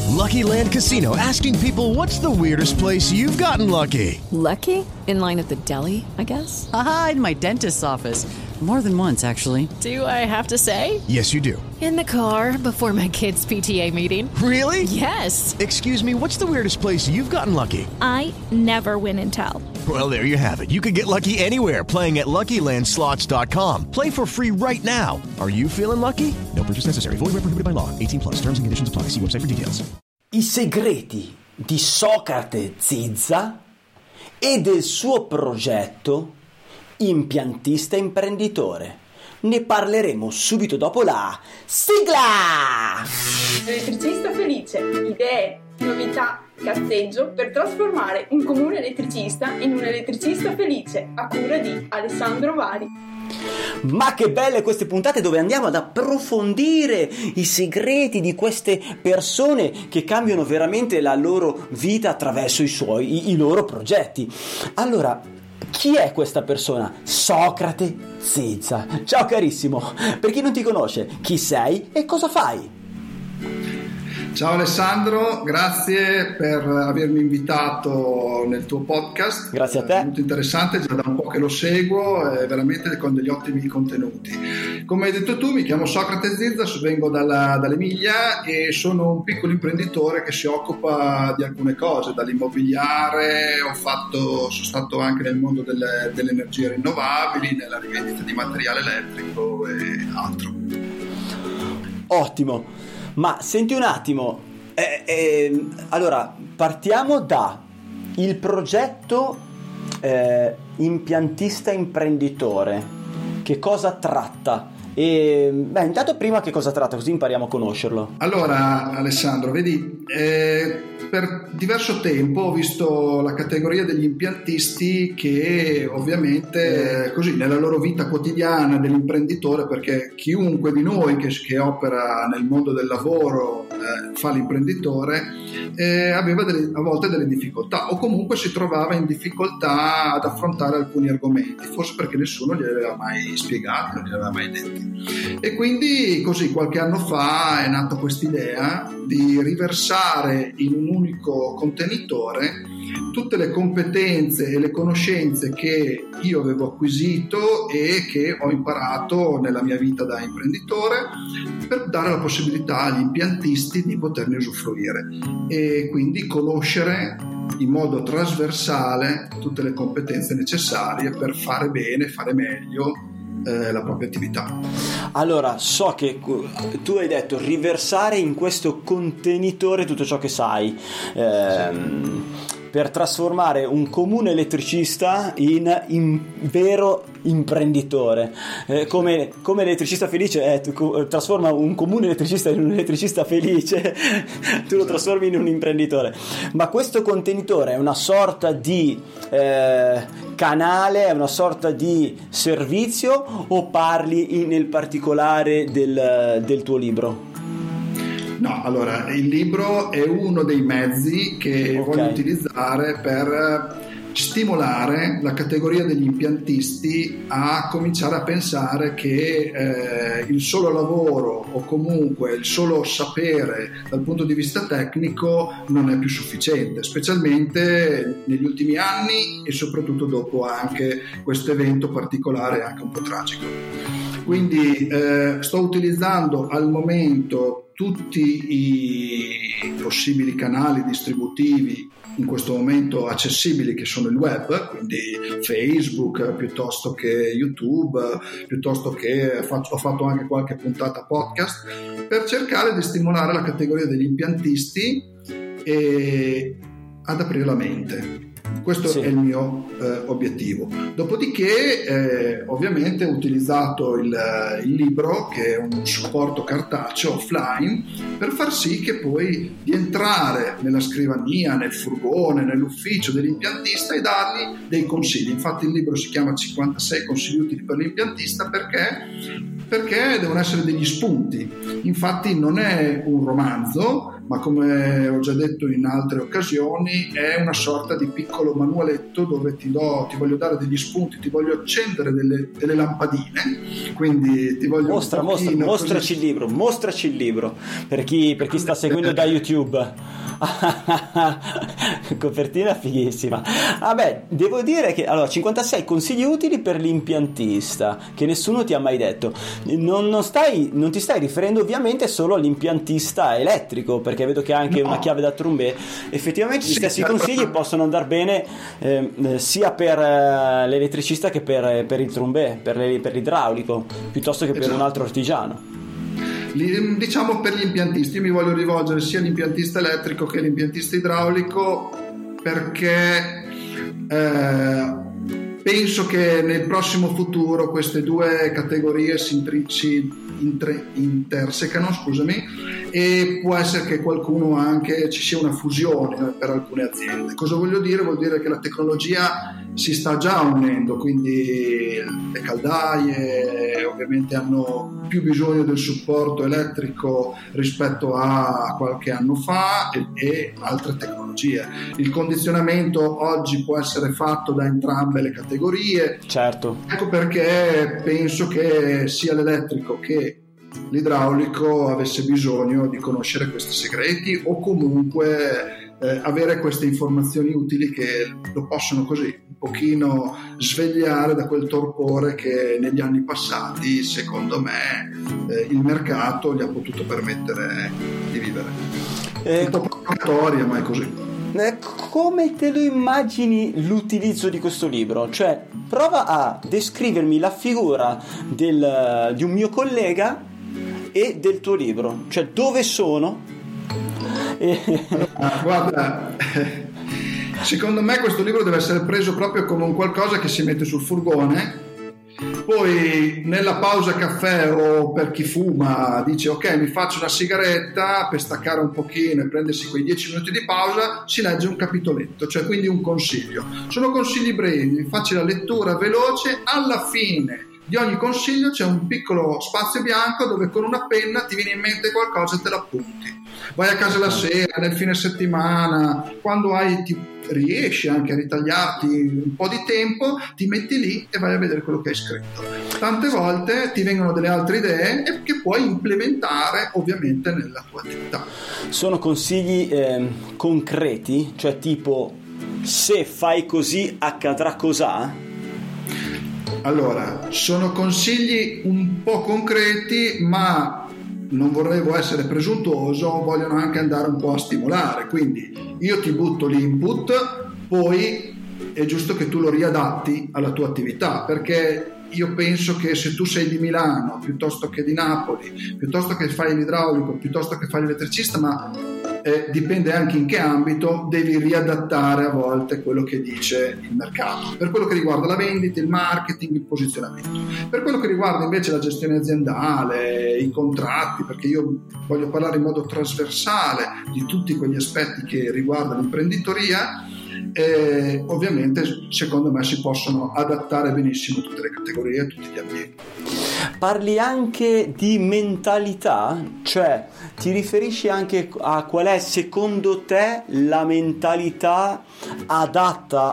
Lucky Land Casino, asking people, what's the weirdest place you've gotten lucky? Lucky? In line at the deli, I guess? Aha, in my dentist's office. More than once, actually. Do I have to say? Yes, you do. In the car before my kids' PTA meeting. Really? Yes. Excuse me, what's the weirdest place you've gotten lucky? I never win and tell. Well, there you have it. You can get lucky anywhere, playing at LuckyLandSlots.com. Play for free right now. Are you feeling lucky? No purchase necessary. Void where prohibited by law. 18+. Terms and conditions apply. See website for details. I segreti di Socrate Zizza e del suo progetto impiantista imprenditore. Ne parleremo subito dopo la sigla! Elettricista felice, idee, novità, cazzeggio per trasformare un comune elettricista in un elettricista felice, a cura di Alessandro Vari. Ma che belle queste puntate dove andiamo ad approfondire i segreti di queste persone che cambiano veramente la loro vita attraverso i loro progetti. Allora, chi è questa persona? Socrate Zizza. Ciao carissimo, per chi non ti conosce, chi sei e cosa fai? Ciao Alessandro, grazie per avermi invitato nel tuo podcast. Grazie a te. È molto interessante, già da un po' che lo seguo, veramente con degli ottimi contenuti. Come hai detto tu, mi chiamo Socrate Zizza, vengo dall'Emilia e sono un piccolo imprenditore che si occupa di alcune cose, dall'immobiliare, sono stato anche nel mondo delle energie rinnovabili, nella rivendita di materiale elettrico e altro. Ottimo. Ma senti un attimo, allora partiamo da il progetto impiantista imprenditore. Che cosa tratta? Intanto prima che cosa tratta, così impariamo a conoscerlo. Allora Alessandro, vedi, per diverso tempo ho visto la categoria degli impiantisti che ovviamente così nella loro vita quotidiana dell'imprenditore, perché chiunque di noi che opera nel mondo del lavoro fa l'imprenditore, aveva a volte delle difficoltà o comunque si trovava in difficoltà ad affrontare alcuni argomenti, forse perché nessuno gli aveva mai spiegati, non gli aveva mai detti. E quindi così qualche anno fa è nata quest'idea di riversare in un unico contenitore tutte le competenze e le conoscenze che io avevo acquisito e che ho imparato nella mia vita da imprenditore, per dare la possibilità agli impiantisti di poterne usufruire e quindi conoscere in modo trasversale tutte le competenze necessarie per fare bene, fare meglio la propria attività. Allora, so che tu hai detto riversare in questo contenitore tutto ciò che sai, per trasformare un comune elettricista in vero imprenditore, come elettricista felice trasforma un comune elettricista in un elettricista felice, tu lo trasformi in un imprenditore. Ma questo contenitore è una sorta di canale, è una sorta di servizio, o parli nel particolare del tuo libro? No, allora il libro è uno dei mezzi che voglio utilizzare per stimolare la categoria degli impiantisti a cominciare a pensare che il solo lavoro o comunque il solo sapere dal punto di vista tecnico non è più sufficiente, specialmente negli ultimi anni e soprattutto dopo anche questo evento particolare, anche un po' tragico. Quindi sto utilizzando al momento tutti i possibili canali distributivi in questo momento accessibili, che sono il web, quindi Facebook piuttosto che YouTube, piuttosto che ho fatto anche qualche puntata podcast, per cercare di stimolare la categoria degli impiantisti e ad aprire la mente. Questo è il mio obiettivo. Dopodiché ovviamente ho utilizzato il libro, che è un supporto cartaceo offline, per far sì che poi di entrare nella scrivania, nel furgone, nell'ufficio dell'impiantista e dargli dei consigli. Infatti il libro si chiama 56 consigli utili per l'impiantista perché devono essere degli spunti. Infatti non è un romanzo, ma come ho già detto in altre occasioni è una sorta di piccolo manualetto dove ti voglio dare degli spunti, ti voglio accendere delle lampadine, quindi ti voglio mostraci il libro per chi sta seguendo da YouTube. Copertina fighissima. Vabbè, devo dire che allora 56 consigli utili per l'impiantista che nessuno ti ha mai detto. Non ti stai riferendo ovviamente solo all'impiantista elettrico, perché vedo che ha anche una chiave da trombè. Effettivamente gli stessi consigli possono andare bene sia per l'elettricista che per il trombè, per l'idraulico, piuttosto che per un altro artigiano. Diciamo per gli impiantisti, io mi voglio rivolgere sia all'impiantista elettrico che all'impiantista idraulico, perché penso che nel prossimo futuro queste due categorie si intersecano, e può essere che qualcuno anche ci sia una fusione per alcune aziende. Cosa voglio dire? Vuol dire che la tecnologia si sta già unendo, quindi le caldaie ovviamente hanno più bisogno del supporto elettrico rispetto a qualche anno fa e altre tecnologie. Il condizionamento oggi può essere fatto da entrambe le categorie. Certo. Ecco perché penso che sia l'elettrico che l'idraulico avesse bisogno di conoscere questi segreti, o comunque avere queste informazioni utili che lo possono così un pochino svegliare da quel torpore che negli anni passati, secondo me, il mercato gli ha potuto permettere di vivere. Un po' provocatoria, ma è così. Come te lo immagini l'utilizzo di questo libro? Cioè, prova a descrivermi la figura di un mio collega e del tuo libro, cioè dove sono? Guarda, secondo me questo libro deve essere preso proprio come un qualcosa che si mette sul furgone, poi nella pausa caffè o per chi fuma dice ok, mi faccio una sigaretta per staccare un pochino e prendersi quei 10 minuti di pausa, si legge un capitoletto, cioè quindi un consiglio. Sono consigli brevi, facile lettura, veloce. Alla fine di ogni consiglio c'è un piccolo spazio bianco dove con una penna ti viene in mente qualcosa e te l'appunti. Vai a casa la sera, nel fine settimana, quando riesci anche a ritagliarti un po' di tempo, ti metti lì e vai a vedere quello che hai scritto. Tante volte ti vengono delle altre idee e che puoi implementare ovviamente nella tua attività. Sono consigli concreti, cioè tipo se fai così accadrà cos'ha? Allora, sono consigli un po' concreti, ma non vorrei essere presuntuoso, vogliono anche andare un po' a stimolare, quindi io ti butto l'input, poi è giusto che tu lo riadatti alla tua attività, perché io penso che se tu sei di Milano piuttosto che di Napoli, piuttosto che fai l'idraulico, piuttosto che fai l'elettricista, ma dipende anche in che ambito, devi riadattare a volte quello che dice il mercato, per quello che riguarda la vendita, il marketing, il posizionamento. Per quello che riguarda invece la gestione aziendale, i contratti, perché io voglio parlare in modo trasversale di tutti quegli aspetti che riguardano l'imprenditoria, ovviamente secondo me si possono adattare benissimo tutte le categorie, tutti gli ambienti. Parli anche di mentalità, cioè ti riferisci anche a qual è secondo te la mentalità adatta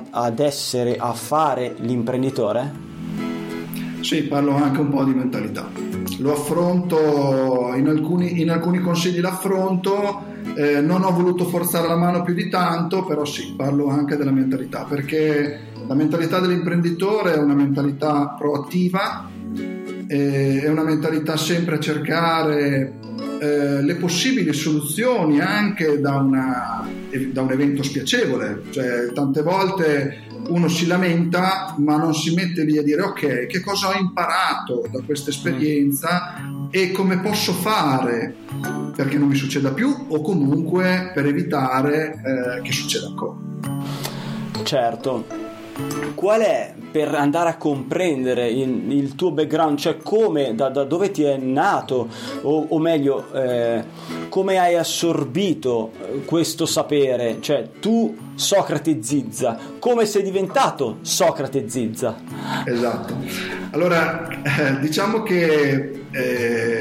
a fare l'imprenditore? Sì, parlo anche un po' di mentalità. Lo affronto in alcuni consigli, l'affronto. Non ho voluto forzare la mano più di tanto, però sì, parlo anche della mentalità, perché la mentalità dell'imprenditore è una mentalità proattiva, è una mentalità sempre a cercare le possibili soluzioni anche da un evento spiacevole. Cioè, tante volte uno si lamenta ma non si mette lì a dire ok, che cosa ho imparato da questa esperienza e come posso fare perché non mi succeda più, o comunque per evitare che succeda ancora. Certo. Qual è, per andare a comprendere il tuo background, cioè come, da dove ti è nato, o meglio come hai assorbito questo sapere, cioè tu Socrate Zizza, come sei diventato Socrate Zizza? Esatto. Allora diciamo che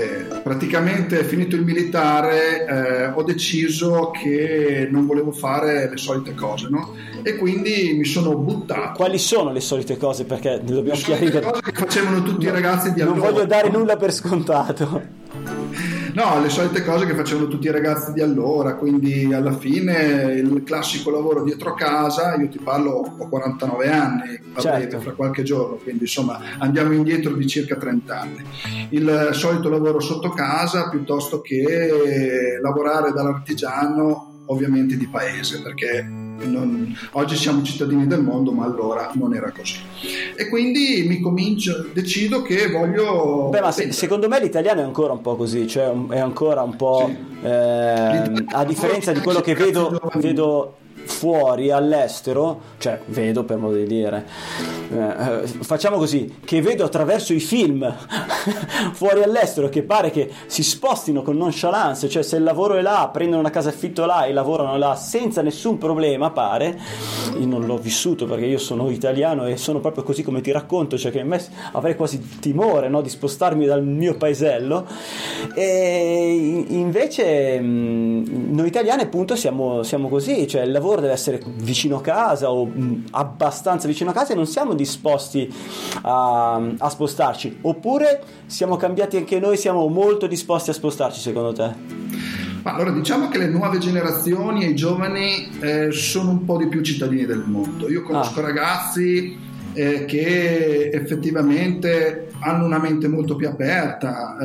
praticamente finito il militare ho deciso che non volevo fare le solite cose, no? E quindi mi sono buttato. Quali sono le solite cose? Perché ne dobbiamo chiarire. Le cose che facevano tutti i ragazzi di allora. Non voglio dare nulla per scontato. No, le solite cose che facevano tutti i ragazzi di allora, quindi alla fine il classico lavoro dietro casa. Io ti parlo, ho 49 anni a breve, fra qualche giorno, quindi insomma andiamo indietro di circa 30 anni. Il solito lavoro sotto casa piuttosto che lavorare dall'artigiano, ovviamente di paese, perché oggi siamo cittadini del mondo, ma allora non era così. E quindi decido che voglio. Beh, ma secondo me l'italiano è ancora un po' così, cioè è ancora un po' sì. A differenza di quello che vedo fuori all'estero, cioè vedo per modo di dire, facciamo così, che vedo attraverso i film fuori all'estero, che pare che si spostino con nonchalance, cioè se il lavoro è là, prendono una casa affitto là e lavorano là senza nessun problema, pare. Io non l'ho vissuto perché io sono italiano e sono proprio così come ti racconto, cioè che a me avrei quasi timore, no, di spostarmi dal mio paesello, e invece noi italiani appunto siamo così, cioè il lavoro deve essere vicino a casa o abbastanza vicino a casa e non siamo disposti a spostarci. Oppure siamo cambiati anche noi, siamo molto disposti a spostarci, secondo te? Allora, diciamo che le nuove generazioni e i giovani sono un po' di più cittadini del mondo. Io conosco ragazzi che effettivamente hanno una mente molto più aperta,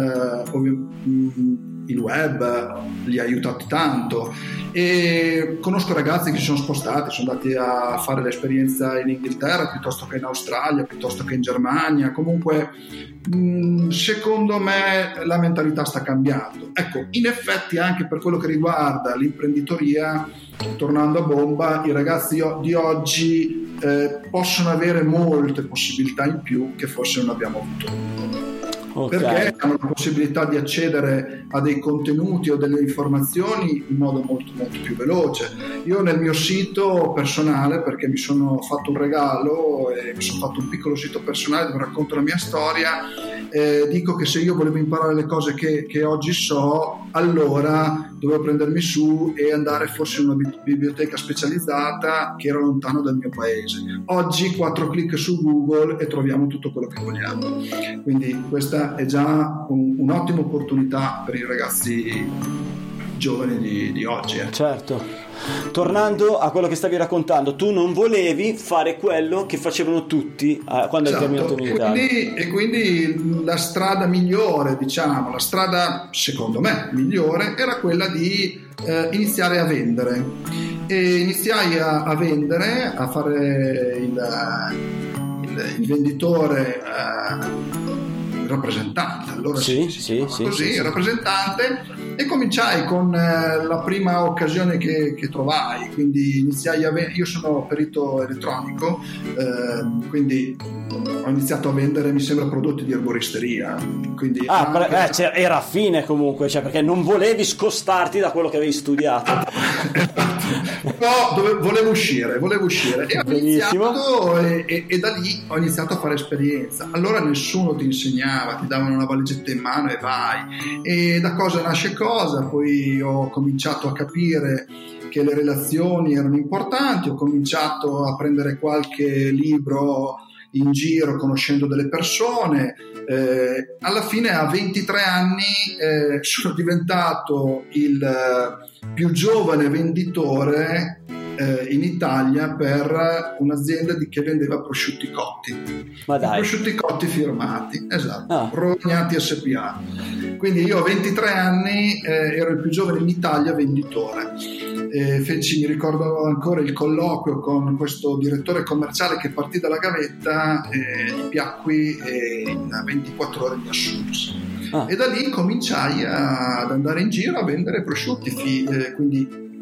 il web li ha aiutati tanto, e conosco ragazzi che si sono spostati, sono andati a fare l'esperienza in Inghilterra piuttosto che in Australia, piuttosto che in Germania. Comunque secondo me la mentalità sta cambiando. Ecco, in effetti anche per quello che riguarda l'imprenditoria, tornando a bomba, i ragazzi di oggi possono avere molte possibilità in più che forse non abbiamo avuto. Okay. Perché hanno la possibilità di accedere a dei contenuti o delle informazioni in modo molto molto più veloce. Io nel mio sito personale, perché mi sono fatto un regalo e mi sono fatto un piccolo sito personale dove racconto la mia storia, dico che se io volevo imparare le cose che oggi so, allora dovevo prendermi su e andare forse in una biblioteca specializzata che era lontano dal mio paese. Oggi 4 clic su Google e troviamo tutto quello che vogliamo. Quindi questa è già un'ottima opportunità per i ragazzi giovani di oggi. Certo. Tornando a quello che stavi raccontando, tu non volevi fare quello che facevano tutti quando hai terminato in Italia. E quindi la strada migliore, diciamo, la strada secondo me migliore era quella di iniziare a vendere. E iniziai a vendere, a fare il venditore, rappresentante, allora sì, rappresentante, e cominciai con la prima occasione che trovai, quindi iniziai io sono perito elettronico, quindi ho iniziato a vendere, mi sembra, prodotti di erboristeria, quindi era fine comunque, cioè perché non volevi scostarti da quello che avevi studiato. No, volevo uscire e ho iniziato e da lì ho iniziato a fare esperienza. Allora nessuno ti insegnava, ti davano una valigetta in mano e vai, e da cosa nasce cosa. Poi ho cominciato a capire che le relazioni erano importanti, ho cominciato a prendere qualche libro in giro conoscendo delle persone. Alla fine a 23 anni sono diventato il più giovane venditore in Italia per un'azienda che vendeva prosciutti cotti. Ma dai. Prosciutti cotti firmati, esatto, Rognati SPA. Quindi io a 23 anni ero il più giovane in Italia venditore. Mi ricordo ancora il colloquio con questo direttore commerciale che partì dalla gavetta, gli piacqui e in 24 ore mi assunse. E da lì cominciai ad andare in giro a vendere prosciutti, quindi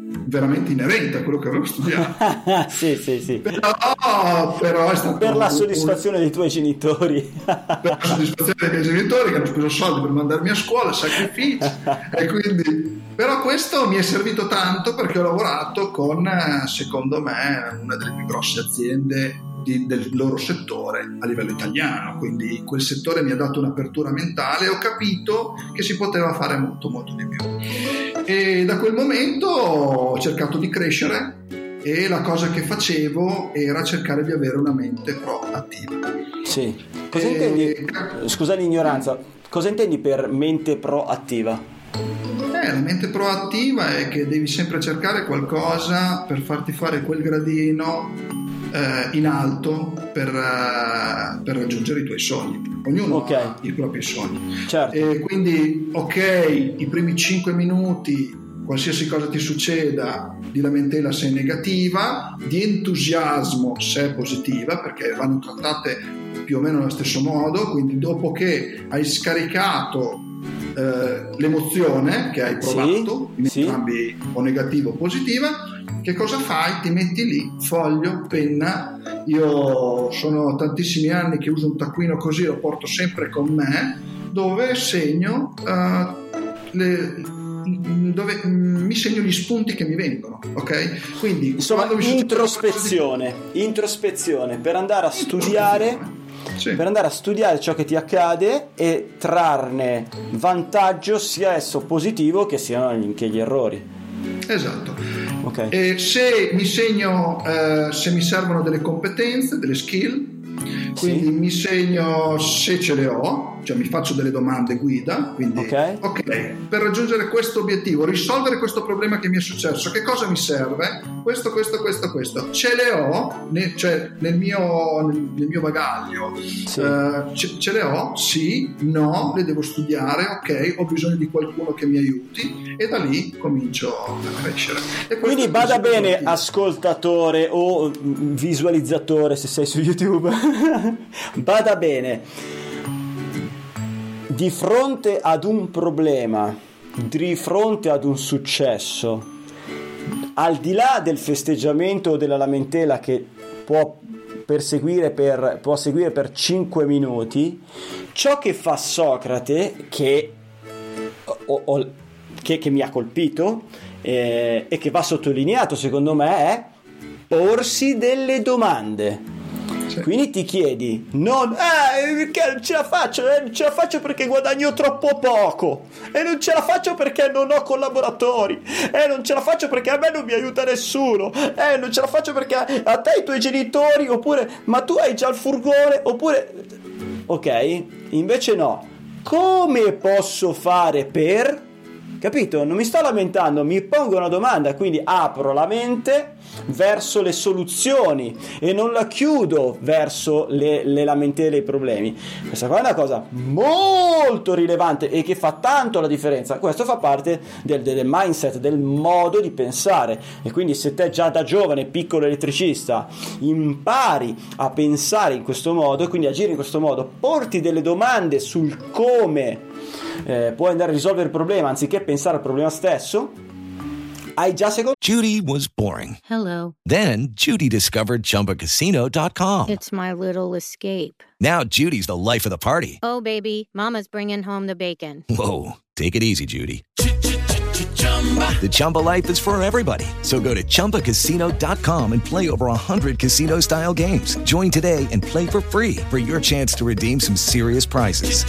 veramente inerente a quello che avevo studiato. sì. Però è stato per la soddisfazione dei tuoi genitori. Per la soddisfazione dei miei genitori che hanno speso soldi per mandarmi a scuola, sacrifici, e quindi... Però questo mi è servito tanto perché ho lavorato con, secondo me, una delle più grosse aziende del loro settore a livello italiano, quindi quel settore mi ha dato un'apertura mentale e ho capito che si poteva fare molto molto di più, e da quel momento ho cercato di crescere e la cosa che facevo era cercare di avere una mente proattiva. Sì. Cosa intendi? Scusa l'ignoranza, cosa intendi per mente proattiva? La mente proattiva è che devi sempre cercare qualcosa per farti fare quel gradino in alto per raggiungere i tuoi sogni. Ognuno ha i propri sogni. Certo. E quindi i primi 5 minuti, qualsiasi cosa ti succeda, di lamentela se è negativa, di entusiasmo se è positiva, perché vanno trattate più o meno allo stesso modo. Quindi dopo che hai scaricato l'emozione che hai provato, in entrambi o negativa o positiva, che cosa fai? Ti metti lì, foglio, penna. Io sono tantissimi anni che uso un taccuino così, lo porto sempre con me, dove segno dove mi segno gli spunti che mi vengono, ok? Quindi insomma, introspezione per andare a studiare. Sì. Per andare a studiare ciò che ti accade e trarne vantaggio, sia esso positivo che siano anche gli errori. Esatto. Okay. E se mi segno, se mi servono delle competenze, delle skill, quindi mi segno se ce le ho, cioè mi faccio delle domande guida, quindi ok, per raggiungere questo obiettivo, risolvere questo problema che mi è successo, che cosa mi serve? Questo, ce le ho, cioè nel mio bagaglio, ce le ho, sì, no, le devo studiare, ok, ho bisogno di qualcuno che mi aiuti, e da lì comincio a crescere. Quindi bada bene, ascoltatore o visualizzatore se sei su YouTube, bada bene, di fronte ad un problema, di fronte ad un successo, al di là del festeggiamento o della lamentela che può seguire per 5 minuti, ciò che fa Socrate, che mi ha colpito e che va sottolineato secondo me, è porsi delle domande. Quindi ti chiedi non ce la faccio perché guadagno troppo poco, e non ce la faccio perché non ho collaboratori, non ce la faccio perché a me non mi aiuta nessuno, non ce la faccio perché a te i tuoi genitori, oppure ma tu hai già il furgone, oppure ok, invece no, come posso fare per... Capito? Non mi sto lamentando, mi pongo una domanda, quindi apro la mente verso le soluzioni e non la chiudo verso le lamentele e i problemi. Questa qua è una cosa molto rilevante e che fa tanto la differenza. Questo fa parte del mindset, del modo di pensare, e quindi se te già da giovane, piccolo elettricista, impari a pensare in questo modo e quindi agire in questo modo, porti delle domande sul come puoi andare a risolvere il problema anziché pensare al problema stesso, hai già secondo. Judy was boring. Hello. Then Judy discovered ChumbaCasino.com. It's my little escape. Now Judy's the life of the party. Oh, baby, mama's bringing home the bacon. Whoa, take it easy, Judy. The Chumba life is for everybody. So go to ChumbaCasino.com and play over 100 casino-style games. Join today and play for free for your chance to redeem some serious prizes.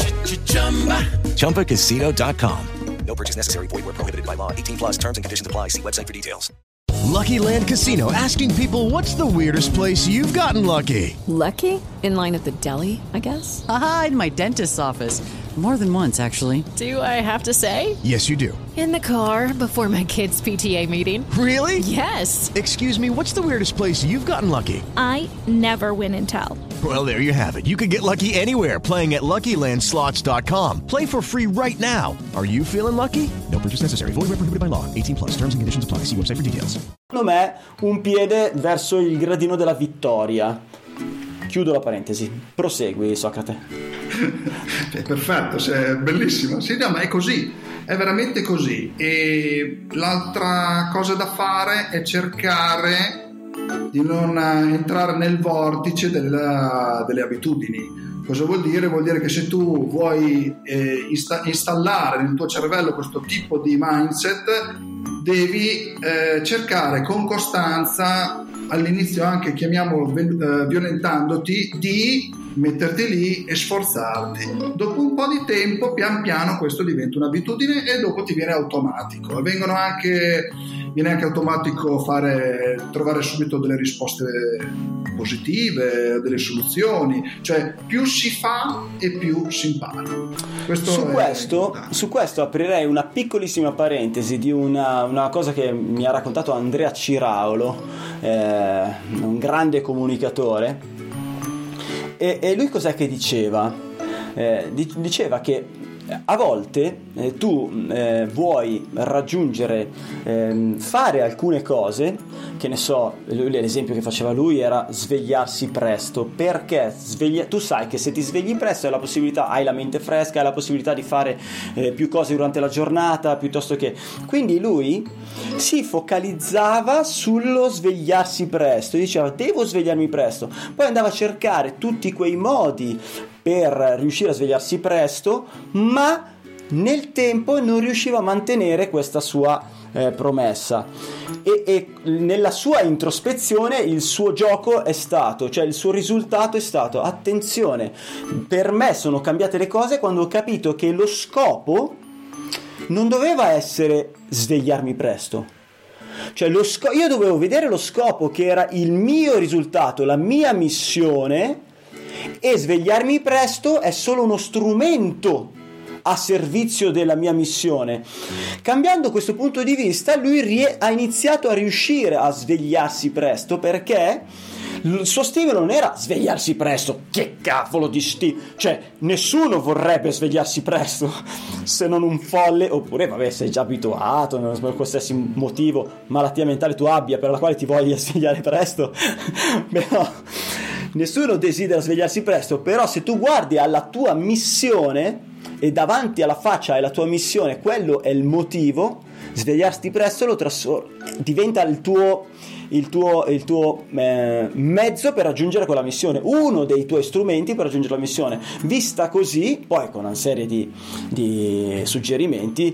ChumbaCasino.com. No purchase necessary. Void where prohibited by law. 18+ terms and conditions apply. See website for details. Lucky Land Casino, asking people, what's the weirdest place you've gotten lucky? Lucky? In line at the deli, I guess? Aha, in my dentist's office. More than once, actually. Do I have to say? Yes, you do. In the car before my kids' PTA meeting. Really? Yes. Excuse me, what's the weirdest place you've gotten lucky? I never win and tell. Well, there you have it. You can get lucky anywhere, playing at LuckyLandSlots.com. Play for free right now. Are you feeling lucky? No purchase necessary. Void where prohibited by law. 18+. Terms and conditions apply. See website for details. Secondo me un piede verso il gradino della vittoria. Chiudo la parentesi, prosegui Socrate. Perfetto, bellissimo. Sì, no, ma è così, è veramente così. E l'altra cosa da fare è cercare di non entrare nel vortice delle abitudini. Cosa vuol dire? Vuol dire che se tu vuoi installare nel tuo cervello questo tipo di mindset, devi cercare con costanza, all'inizio anche violentandoti, di metterti lì e sforzarti. Dopo un po' di tempo, pian piano, questo diventa un'abitudine e dopo ti viene automatico. Viene anche automatico trovare subito delle risposte positive, delle soluzioni, cioè più si fa e più si impara. Su questo aprirei una piccolissima parentesi di una cosa che mi ha raccontato Andrea Ciraulo, un grande comunicatore, e lui cos'è che diceva? Diceva che a volte tu vuoi raggiungere, fare alcune cose, che ne so, l'esempio che faceva lui era svegliarsi presto, perché tu sai che se ti svegli presto hai la mente fresca, hai la possibilità di fare più cose durante la giornata, piuttosto che... Quindi lui si focalizzava sullo svegliarsi presto, diceva devo svegliarmi presto, poi andava a cercare tutti quei modi per riuscire a svegliarsi presto, ma nel tempo non riusciva a mantenere questa sua promessa, e nella sua introspezione il suo gioco è stato, cioè il suo risultato è stato: attenzione, per me sono cambiate le cose quando ho capito che lo scopo non doveva essere svegliarmi presto. Cioè io dovevo vedere lo scopo, che era il mio risultato, la mia missione, e svegliarmi presto è solo uno strumento a servizio della mia missione. Cambiando questo punto di vista, lui ha iniziato a riuscire a svegliarsi presto, perché il suo stimolo non era svegliarsi presto. Che cavolo di cioè nessuno vorrebbe svegliarsi presto, se non un folle, oppure vabbè, sei già abituato, non per qualsiasi motivo, malattia mentale tu abbia, per la quale ti voglia svegliare presto. Però nessuno desidera svegliarsi presto. Però se tu guardi alla tua missione e davanti alla faccia hai la tua missione, quello è il motivo, svegliarti presto diventa il tuo mezzo per raggiungere quella missione, uno dei tuoi strumenti per raggiungere la missione. Vista così, poi con una serie di suggerimenti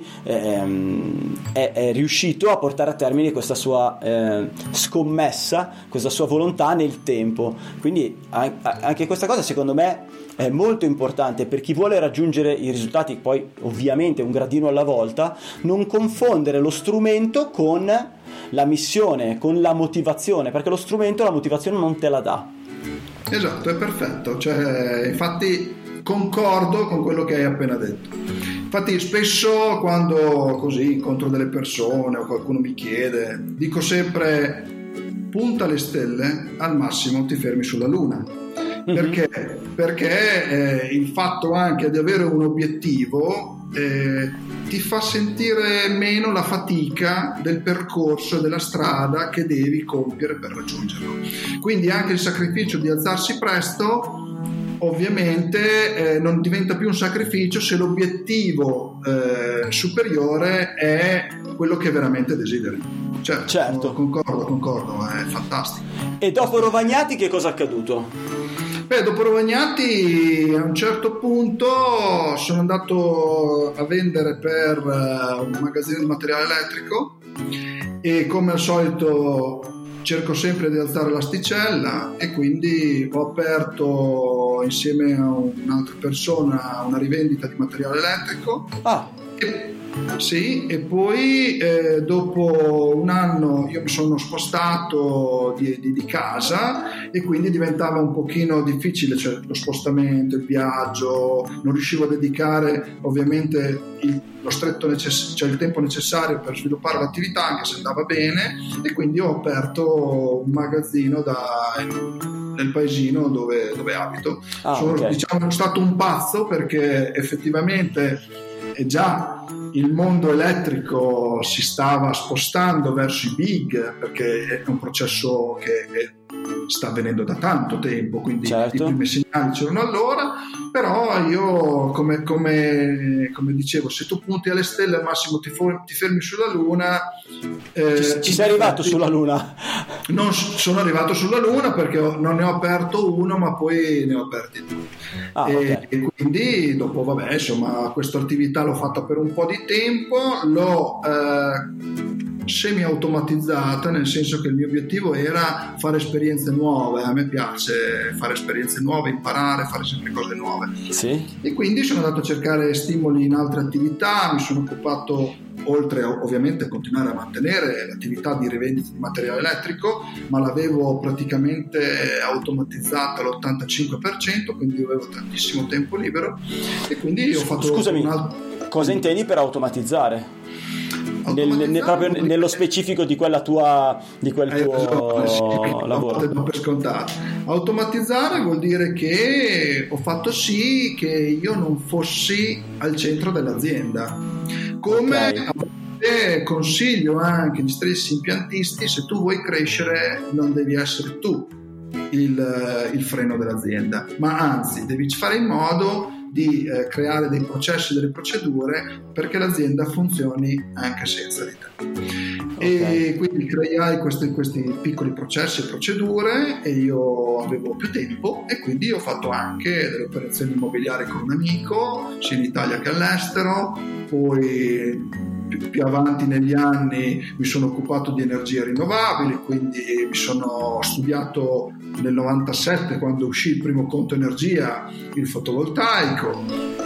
è riuscito a portare a termine questa sua scommessa, questa sua volontà nel tempo. Quindi anche questa cosa secondo me è molto importante per chi vuole raggiungere i risultati, poi ovviamente un gradino alla volta, non confondere lo strumento con la missione, con la motivazione, perché lo strumento la motivazione non te la dà. Esatto, è perfetto, cioè infatti concordo con quello che hai appena detto. Infatti spesso quando così incontro delle persone o qualcuno mi chiede, dico sempre: punta alle stelle, al massimo ti fermi sulla luna. Perché? Perché il fatto anche di avere un obiettivo ti fa sentire meno la fatica del percorso, della strada che devi compiere per raggiungerlo. Quindi anche il sacrificio di alzarsi presto ovviamente non diventa più un sacrificio se l'obiettivo superiore è quello che veramente desideri. Certo. Concordo, è fantastico. E dopo Rovagnati che cosa è accaduto? Dopo Rovagnati a un certo punto sono andato a vendere per un magazzino di materiale elettrico e come al solito cerco sempre di alzare l'asticella, e quindi ho aperto insieme a un'altra persona una rivendita di materiale elettrico. Sì, e poi dopo un anno io mi sono spostato di casa e quindi diventava un pochino difficile, cioè lo spostamento, il viaggio, non riuscivo a dedicare ovviamente il tempo necessario per sviluppare l'attività, anche se andava bene, e quindi ho aperto un magazzino nel paesino dove abito. Sono stato un pazzo, perché effettivamente già il mondo elettrico si stava spostando verso i big, perché è un processo che sta avvenendo da tanto tempo, quindi certo. I primi segnali c'erano allora, però io come dicevo, se tu punti alle stelle al massimo ti fermi sulla Luna. Ci sei arrivato sulla Luna? Non sono arrivato sulla Luna perché non ne ho aperto uno, ma poi ne ho aperti due. Okay. E quindi dopo, vabbè, insomma, questa attività l'ho fatta per un po' di tempo, l'ho semi-automatizzata, nel senso che il mio obiettivo era fare esperienze nuove. A me piace fare esperienze nuove, imparare, fare sempre cose nuove. Sì. E quindi sono andato a cercare stimoli in altre attività, mi sono occupato, oltre ovviamente a continuare a mantenere l'attività di rivendita di materiale elettrico, ma l'avevo praticamente automatizzata all'85%, quindi avevo tantissimo tempo libero e quindi ho fatto... Scusami, cosa intendi per automatizzare? Proprio nello specifico di quel tuo lavoro. Per scontato. Automatizzare vuol dire che ho fatto sì che io non fossi al centro dell'azienda, come consiglio anche gli stessi impiantisti: se tu vuoi crescere non devi essere tu il freno dell'azienda, ma anzi devi fare in modo di creare dei processi, delle procedure perché l'azienda funzioni anche senza di te. E quindi creai questi piccoli processi e procedure, e io avevo più tempo e quindi ho fatto anche delle operazioni immobiliari con un amico sia in Italia che all'estero. Poi più avanti negli anni mi sono occupato di energie rinnovabili, quindi mi sono studiato nel 97, quando uscì il primo conto energia, il fotovoltaico.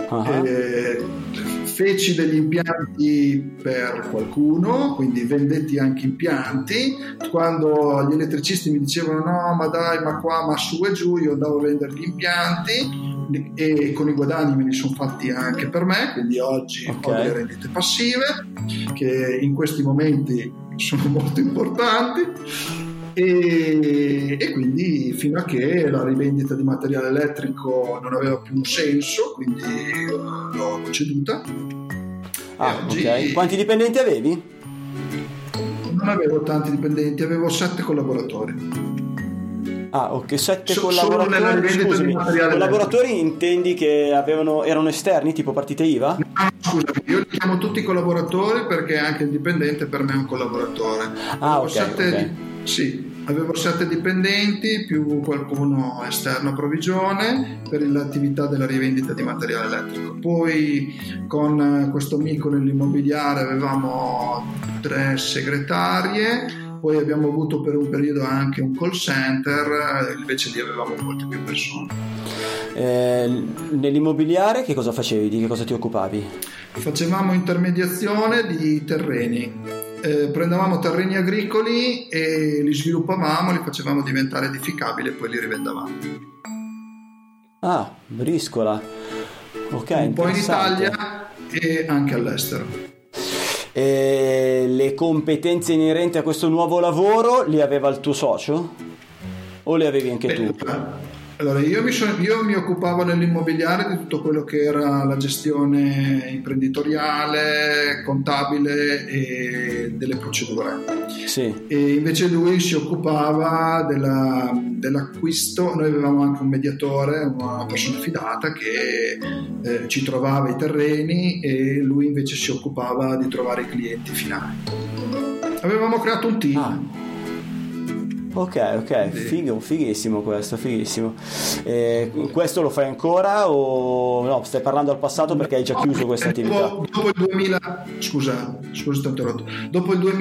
Feci degli impianti per qualcuno, quindi vendetti anche impianti. Quando gli elettricisti mi dicevano no, ma dai, ma qua, ma su e giù, io andavo a vendere gli impianti e con i guadagni me li sono fatti anche per me, quindi oggi ho delle rendite passive che in questi momenti sono molto importanti. E quindi fino a che la rivendita di materiale elettrico non aveva più un senso, quindi l'ho ceduta. Oggi... Quanti dipendenti avevi? Non avevo tanti dipendenti, avevo 7 collaboratori. Ok, 7 collaboratori. Scusami, collaboratori intendi che erano esterni, tipo partite IVA? No, scusami, io li chiamo tutti collaboratori perché anche il dipendente per me è un collaboratore. Sì, avevo 7 dipendenti più qualcuno esterno a provvigione per l'attività della rivendita di materiale elettrico. Poi con questo amico nell'immobiliare avevamo 3 segretarie. Poi abbiamo avuto per un periodo anche un call center, invece lì avevamo molte più persone. Nell'immobiliare che cosa facevi? Di che cosa ti occupavi? Facevamo intermediazione di terreni. Prendevamo terreni agricoli e li sviluppavamo, li facevamo diventare edificabili e poi li rivendavamo. Briscola. Ok, un po' in Italia e anche all'estero. Le competenze inerenti a questo nuovo lavoro le aveva il tuo socio? O le avevi anche tu? Allora, io mi occupavo nell'immobiliare di tutto quello che era la gestione imprenditoriale, contabile e delle procedure. Sì. E invece lui si occupava dell'acquisto. Noi avevamo anche un mediatore, una persona fidata che ci trovava i terreni, e lui invece si occupava di trovare i clienti finali. Avevamo creato un team. Ok, fighissimo questo, fighissimo. Questo lo fai ancora o no? Stai parlando al passato perché hai già chiuso questa attività? Dopo il 2000, scusa ti ho interrotto. Dopo il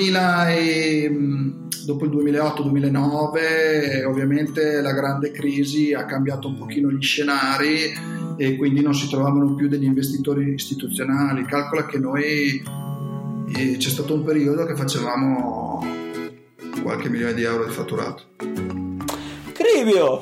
2008-2009 ovviamente la grande crisi ha cambiato un pochino gli scenari e quindi non si trovavano più degli investitori istituzionali. Calcola che noi c'è stato un periodo che facevamo qualche milione di euro di fatturato. Cribio!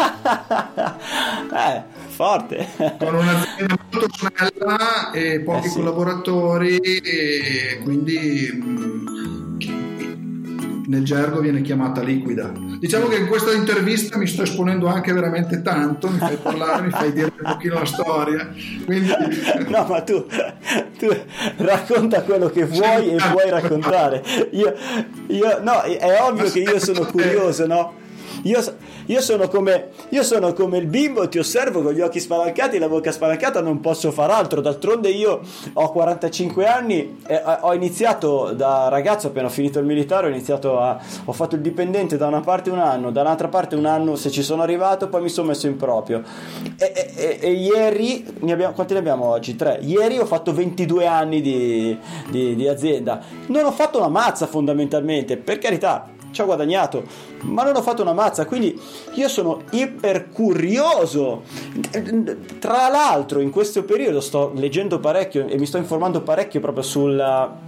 Forte! Con un'azienda molto snella e pochi collaboratori, e quindi nel gergo viene chiamata liquida. Diciamo che in questa intervista mi sto esponendo anche veramente tanto, mi fai parlare, mi fai dire un pochino la storia, quindi... No, ma tu racconta quello che vuoi e vuoi raccontare. Io no, è ovvio che io sono curioso, no? io sono come il bimbo, ti osservo con gli occhi spalancati e la bocca spalancata, non posso far altro. D'altronde io ho 45 anni, ho iniziato da ragazzo, appena ho finito il militare, ho fatto il dipendente da una parte un anno, dall'altra parte un anno se ci sono arrivato, poi mi sono messo in proprio e ieri quanti ne abbiamo oggi? 3. Ieri ho fatto 22 anni di azienda. Non ho fatto una mazza, fondamentalmente, per carità, ci ho guadagnato, ma non ho fatto una mazza, quindi io sono iper curioso. Tra l'altro in questo periodo sto leggendo parecchio e mi sto informando parecchio proprio sulla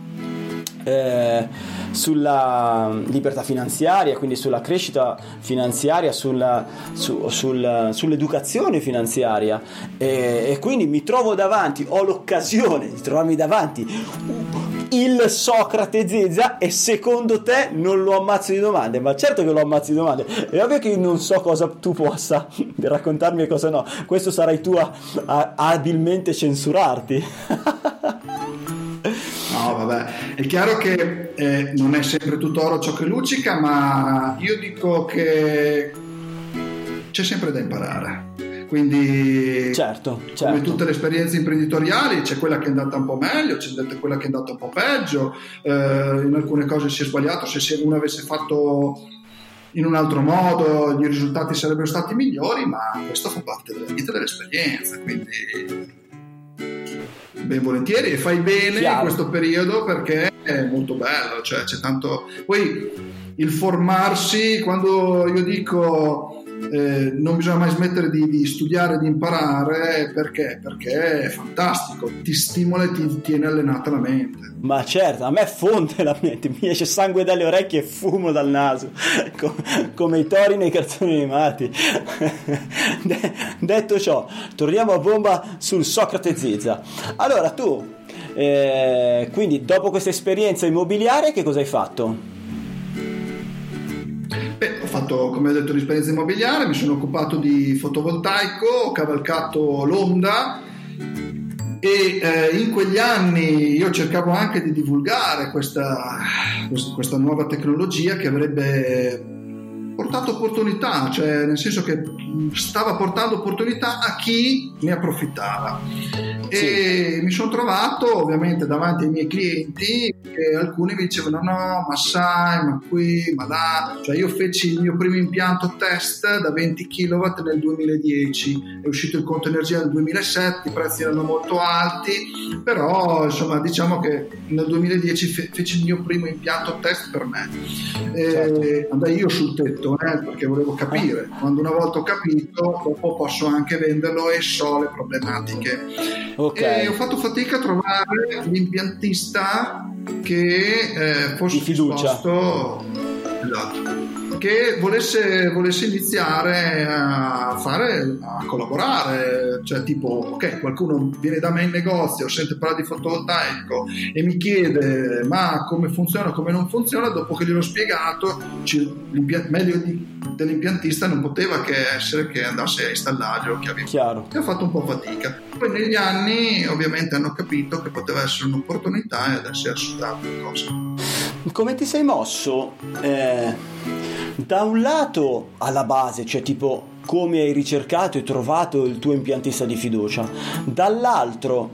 libertà finanziaria, quindi sulla crescita finanziaria, sull'educazione finanziaria, e quindi mi trovo davanti, ho l'occasione di trovarmi davanti il Socrate Zezza, e secondo te non lo ammazzo di domande? Ma certo che lo ammazzo di domande, è ovvio che non so cosa tu possa raccontarmi e cosa no, questo sarai tu a abilmente censurarti. No, vabbè, è chiaro che non è sempre tutto oro ciò che luccica, ma io dico che c'è sempre da imparare. Quindi, certo. Come tutte le esperienze imprenditoriali, c'è quella che è andata un po' meglio, c'è quella che è andata un po' peggio, in alcune cose si è sbagliato, se uno avesse fatto in un altro modo i risultati sarebbero stati migliori, ma questo fa parte della vita e dell'esperienza, quindi ben volentieri, e fai bene in questo periodo perché è molto bello, cioè c'è tanto. Poi il formarsi, quando io dico non bisogna mai smettere di studiare, di imparare, perché è fantastico, ti stimola e ti tiene allenata la mente. Ma certo, a me fonde la mente, mi esce sangue dalle orecchie e fumo dal naso come i tori nei cartoni animati. Detto ciò, torniamo a bomba sul Socrate Zezza. Allora tu quindi dopo questa esperienza immobiliare che cosa hai fatto? Ho fatto, come ho detto, l'esperienza immobiliare, mi sono occupato di fotovoltaico, ho cavalcato l'onda e in quegli anni io cercavo anche di divulgare questa nuova tecnologia che avrebbe portato opportunità, cioè nel senso che stava portando opportunità a chi ne approfittava. E mi sono trovato ovviamente davanti ai miei clienti che alcuni mi dicevano no, ma sai, ma qui, ma là, cioè io feci il mio primo impianto test da 20 kW nel 2010, è uscito il conto energia nel 2007, i prezzi erano molto alti, però insomma diciamo che nel 2010 feci il mio primo impianto test per me, andai io sul tetto perché volevo capire, quando una volta ho capito dopo posso anche venderlo e so le problematiche. E ho fatto fatica a trovare l'impiantista che fosse di fiducia, disposto, esatto, che volesse iniziare a collaborare, cioè tipo ok, qualcuno viene da me in negozio, sente parlare di fotovoltaico e mi chiede ma come funziona, come non funziona, dopo che gliel'ho spiegato meglio dell'impiantista non poteva che essere che andasse a installarlo, chiaro. E ho fatto un po' fatica, poi negli anni ovviamente hanno capito che poteva essere un'opportunità e adesso è assoldato la cosa. Come ti sei mosso? Da un lato alla base, cioè tipo come hai ricercato e trovato il tuo impiantista di fiducia, dall'altro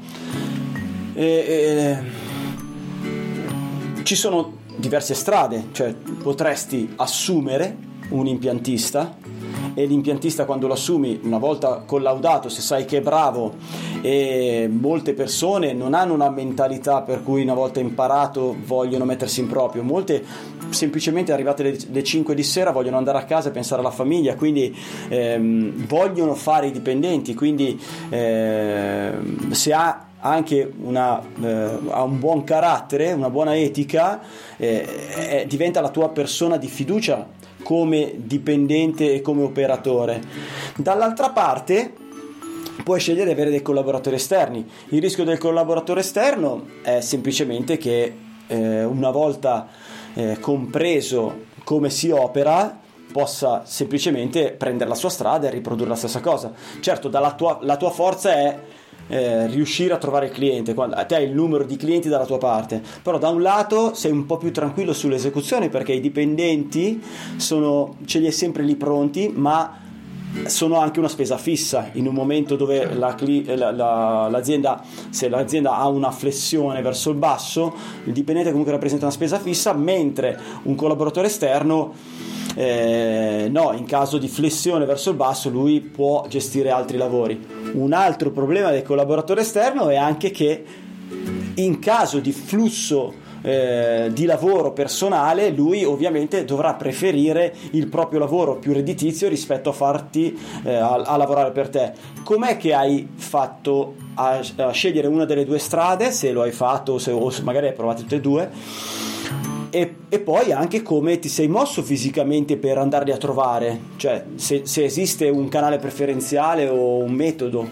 ci sono diverse strade, cioè potresti assumere un impiantista e l'impiantista quando lo assumi, una volta collaudato, se sai che è bravo, e molte persone non hanno una mentalità per cui una volta imparato vogliono mettersi in proprio, molte semplicemente arrivate le 5 di sera vogliono andare a casa e pensare alla famiglia, quindi vogliono fare i dipendenti, quindi se ha anche ha un buon carattere, una buona etica, diventa la tua persona di fiducia come dipendente e come operatore. Dall'altra parte puoi scegliere di avere dei collaboratori esterni. Il rischio del collaboratore esterno è semplicemente che una volta compreso come si opera possa semplicemente prendere la sua strada e riprodurre la stessa cosa. Certo, la tua forza è riuscire a trovare il cliente, quando te hai il numero di clienti dalla tua parte, però da un lato sei un po' più tranquillo sulle esecuzioni perché i dipendenti ce li hai sempre lì pronti, ma sono anche una spesa fissa in un momento dove l'azienda, se l'azienda ha una flessione verso il basso, il dipendente comunque rappresenta una spesa fissa, mentre un collaboratore esterno no, in caso di flessione verso il basso lui può gestire altri lavori. Un altro problema del collaboratore esterno è anche che in caso di flusso di lavoro personale lui ovviamente dovrà preferire il proprio lavoro più redditizio rispetto a farti a lavorare per te. Com'è che hai fatto a scegliere una delle due strade, se lo hai fatto o magari hai provato tutte e due, e poi anche come ti sei mosso fisicamente per andarli a trovare, cioè se esiste un canale preferenziale o un metodo?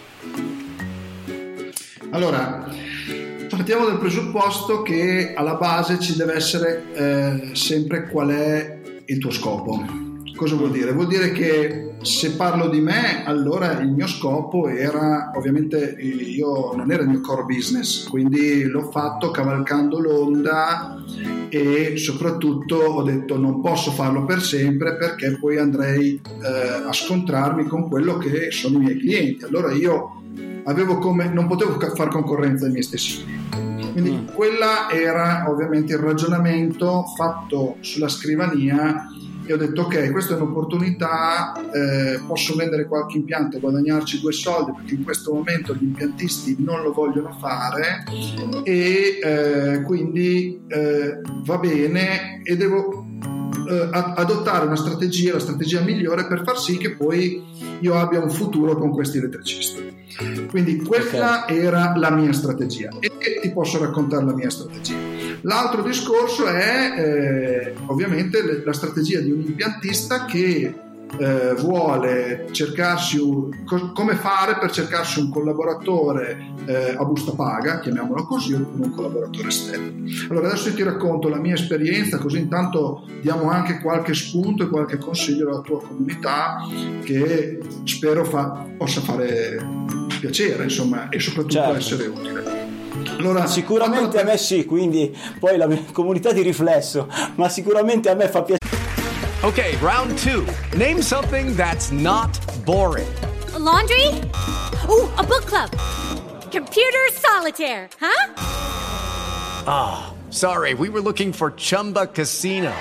Allora, partiamo dal presupposto che alla base ci deve essere sempre qual è il tuo scopo. Cosa vuol dire? Vuol dire che se parlo di me, allora il mio scopo era, ovviamente io non era il mio core business, quindi l'ho fatto cavalcando l'onda e soprattutto ho detto non posso farlo per sempre perché poi andrei a scontrarmi con quello che sono i miei clienti. Allora io non potevo far concorrenza ai miei stessi clienti. Quindi quella era ovviamente il ragionamento fatto sulla scrivania e ho detto ok, questa è un'opportunità, posso vendere qualche impianto e guadagnarci 2 soldi perché in questo momento gli impiantisti non lo vogliono fare e quindi va bene e devo adottare una strategia, la strategia migliore per far sì che poi io abbia un futuro con questi elettricisti. Quindi questa era la mia strategia e ti posso raccontare la mia strategia. L'altro discorso è ovviamente la strategia di un impiantista che vuole cercarsi come fare per cercarsi un collaboratore a busta paga, chiamiamolo così, oppure un collaboratore esterno. Allora adesso ti racconto la mia esperienza, così intanto diamo anche qualche spunto e qualche consiglio alla tua comunità che spero possa fare piacere, insomma, e soprattutto essere utile. Allora, sicuramente a me sì, quindi poi la mia comunità di riflesso, ma sicuramente a me fa piacere. Okay, round 2. Name something that's not boring. A laundry? Ooh, a book club. Computer solitaire, huh? Ah, sorry, we were looking for Chumba Casino.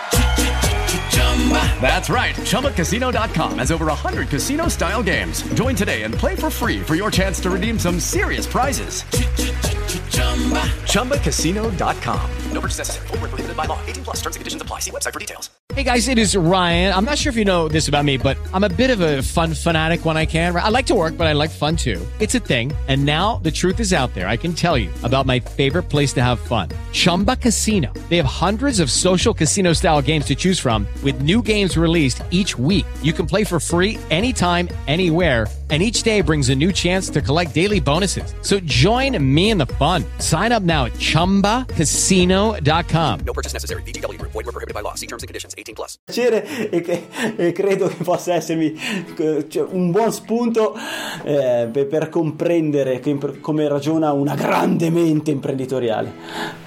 That's right, ChumbaCasino.com has over 100 casino-style games. Join today and play for free for your chance to redeem some serious prizes. ChumbaCasino.com. No purchase necessary. Void where prohibited by law. 18+ terms and conditions apply. See website for details. Hey guys, it is Ryan. I'm not sure if you know this about me, but I'm a bit of a fun fanatic when I can. I like to work, but I like fun too. It's a thing. And now the truth is out there. I can tell you about my favorite place to have fun. Chumba Casino. They have hundreds of social casino style games to choose from with new games released each week. You can play for free anytime, anywhere. And each day brings a new chance to collect daily bonuses. So join me in the fun. Sign up now at ChumbaCasino.com. No purchase necessary. VGW Group. Void where prohibited by law. See terms and conditions. 18+. E credo che possa essermi un buon spunto per comprendere come ragiona una grande mente imprenditoriale.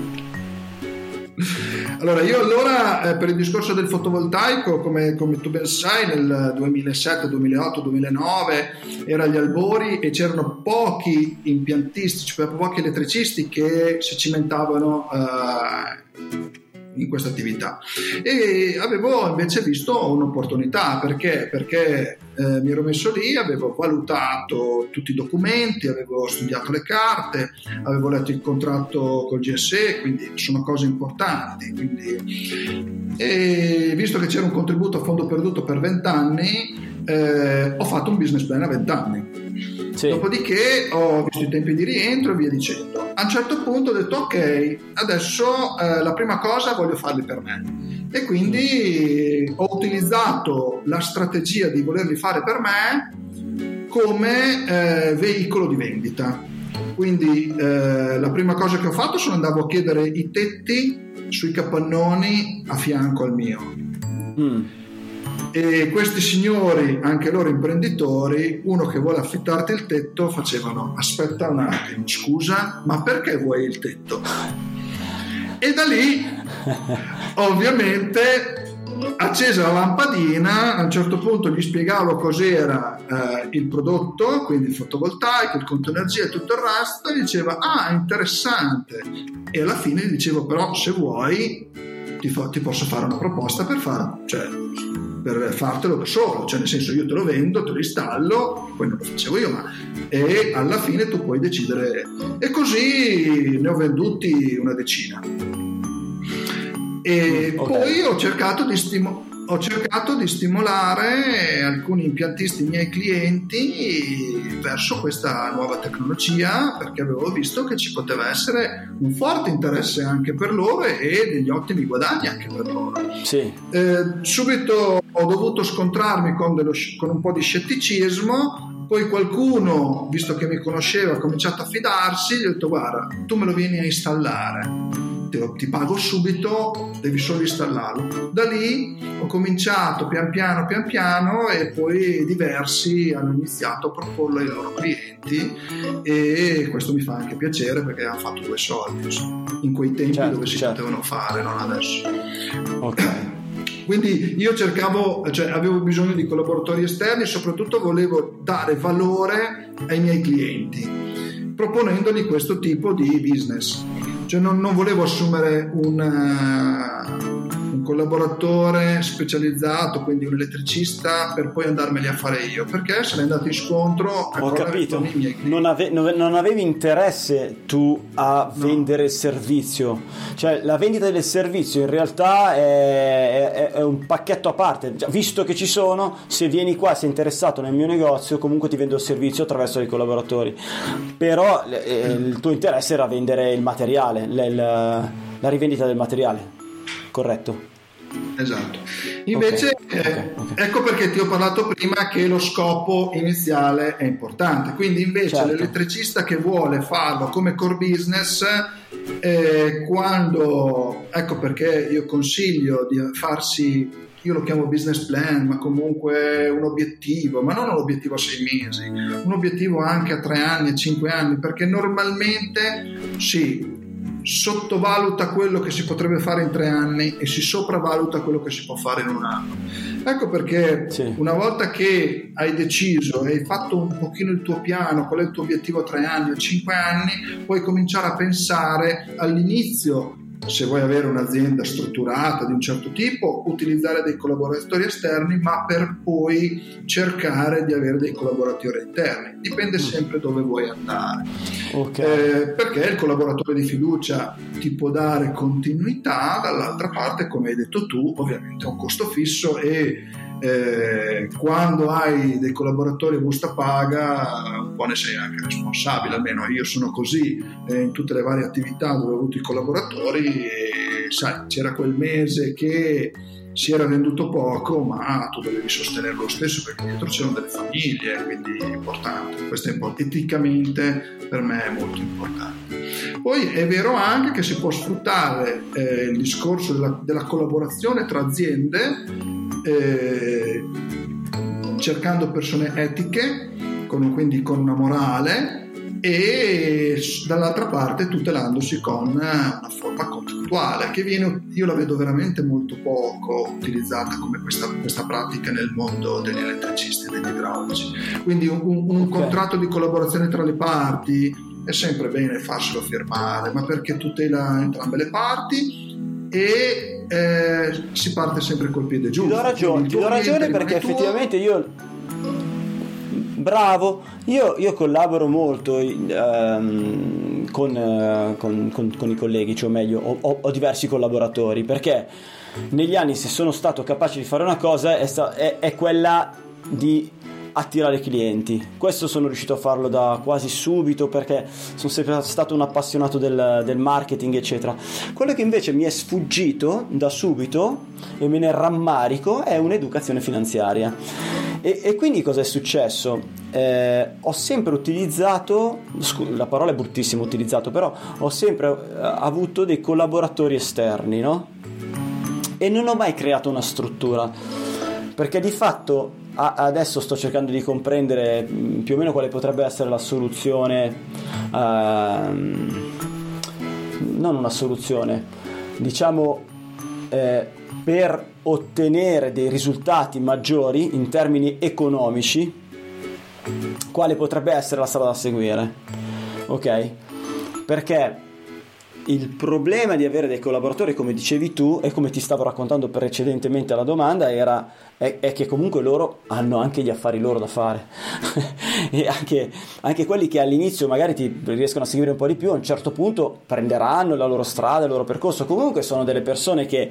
Allora, io per il discorso del fotovoltaico, come tu ben sai, nel 2007, 2008, 2009 era agli albori e c'erano pochi impiantisti, cioè pochi elettricisti che si cimentavano in questa attività e avevo invece visto un'opportunità perché mi ero messo lì, avevo valutato tutti i documenti, avevo studiato le carte, avevo letto il contratto col GSE, quindi sono cose importanti, e visto che c'era un contributo a fondo perduto per 20 anni ho fatto un business plan a 20 anni. Sì. Dopodiché ho visto i tempi di rientro e via dicendo. A un certo punto ho detto ok, adesso la prima cosa voglio farli per me e quindi ho utilizzato la strategia di volerli fare per me come veicolo di vendita. Quindi la prima cosa che ho fatto sono andavo a chiedere i tetti sui capannoni a fianco al mio. E questi signori, anche loro imprenditori, uno che vuole affittarti il tetto, facevano: aspetta un attimo, scusa, ma perché vuoi il tetto? E da lì ovviamente accesa la lampadina, a un certo punto gli spiegavo cos'era il prodotto, quindi il fotovoltaico, il conto energia e tutto il resto, e diceva: ah, interessante. E alla fine gli dicevo: però se vuoi ti posso fare una proposta per fartelo da solo, cioè nel senso, io te lo vendo, te lo installo, poi non lo facevo io, e alla fine tu puoi decidere. E così ne ho venduti una decina. E poi ho cercato di stimolare alcuni impiantisti miei clienti verso questa nuova tecnologia, perché avevo visto che ci poteva essere un forte interesse anche per loro e degli ottimi guadagni anche per loro. Sì. Subito ho dovuto scontrarmi con un po' di scetticismo. Poi qualcuno, visto che mi conosceva, ha cominciato a fidarsi. Gli ho detto: guarda, tu me lo vieni a installare, ti pago subito, devi solo installarlo. Da lì ho cominciato pian piano, e poi diversi hanno iniziato a proporlo ai loro clienti, e questo mi fa anche piacere, perché hanno fatto 2 soldi in quei tempi, dove si potevano fare, non adesso. Quindi io avevo bisogno di collaboratori esterni, e soprattutto volevo dare valore ai miei clienti, proponendogli questo tipo di business. Cioè non volevo assumere un collaboratore specializzato, quindi un elettricista, per poi andarmeli a fare io, perché se ne è andato in scontro. Ho capito, non avevi interesse tu a vendere il servizio, cioè la vendita del servizio in realtà è un pacchetto a parte. Visto che ci sono, se vieni qua, sei interessato nel mio negozio, comunque ti vendo il servizio attraverso i collaboratori, però il tuo interesse era vendere il materiale, la rivendita del materiale, corretto? Esatto. Invece ecco perché ti ho parlato prima che lo scopo iniziale è importante. Quindi invece l'elettricista che vuole farlo come core business, ecco perché io consiglio di farsi, io lo chiamo business plan, ma comunque un obiettivo, ma non un obiettivo a 6 mesi, un obiettivo anche a 3 anni, a 5 anni, perché normalmente sottovaluta quello che si potrebbe fare in 3 anni e si sopravvaluta quello che si può fare in 1 anno. Ecco perché una volta che hai deciso e hai fatto un pochino il tuo piano, qual è il tuo obiettivo a 3 anni o 5 anni, puoi cominciare a pensare all'inizio, se vuoi avere un'azienda strutturata di un certo tipo, utilizzare dei collaboratori esterni, ma per poi cercare di avere dei collaboratori interni. Dipende sempre dove vuoi andare. Perché il collaboratore di fiducia ti può dare continuità, dall'altra parte, come hai detto tu, ovviamente ha un costo fisso, e quando hai dei collaboratori a busta paga un po' ne sei anche responsabile. Almeno io sono così in tutte le varie attività dove ho avuto i collaboratori, e sai, c'era quel mese che si era venduto poco, ma tu dovevi sostenerlo lo stesso, perché dietro c'erano delle famiglie, quindi è importante. Questo è eticamente per me è molto importante. Poi è vero anche che si può sfruttare il discorso della collaborazione tra aziende, cercando persone etiche, quindi con una morale, e dall'altra parte tutelandosi con una forma contrattuale, che io la vedo veramente molto poco utilizzata come questa pratica nel mondo degli elettricisti e degli idraulici. Quindi un contratto di collaborazione tra le parti è sempre bene farselo firmare, ma perché tutela entrambe le parti e si parte sempre col piede giusto. Ti do ragione perché effettivamente io collaboro molto con i colleghi, cioè meglio ho diversi collaboratori, perché negli anni, se sono stato capace di fare una cosa, è quella di attirare clienti. Questo sono riuscito a farlo da quasi subito, perché sono sempre stato un appassionato del marketing, eccetera. Quello che invece mi è sfuggito da subito e me ne rammarico è un'educazione finanziaria. E quindi cosa è successo? Ho sempre utilizzato, la parola è bruttissima, utilizzato, però ho sempre avuto dei collaboratori esterni, no? E non ho mai creato una struttura. perché di fatto adesso sto cercando di comprendere più o meno quale potrebbe essere la soluzione, non una soluzione, diciamo, per ottenere dei risultati maggiori in termini economici, quale potrebbe essere la strada da seguire, ok? Perché il problema di avere dei collaboratori, come dicevi tu e come ti stavo raccontando precedentemente alla domanda, è che comunque loro hanno anche gli affari loro da fare e anche quelli che all'inizio magari ti riescono a seguire un po' di più, a un certo punto prenderanno la loro strada, il loro percorso. Comunque sono delle persone che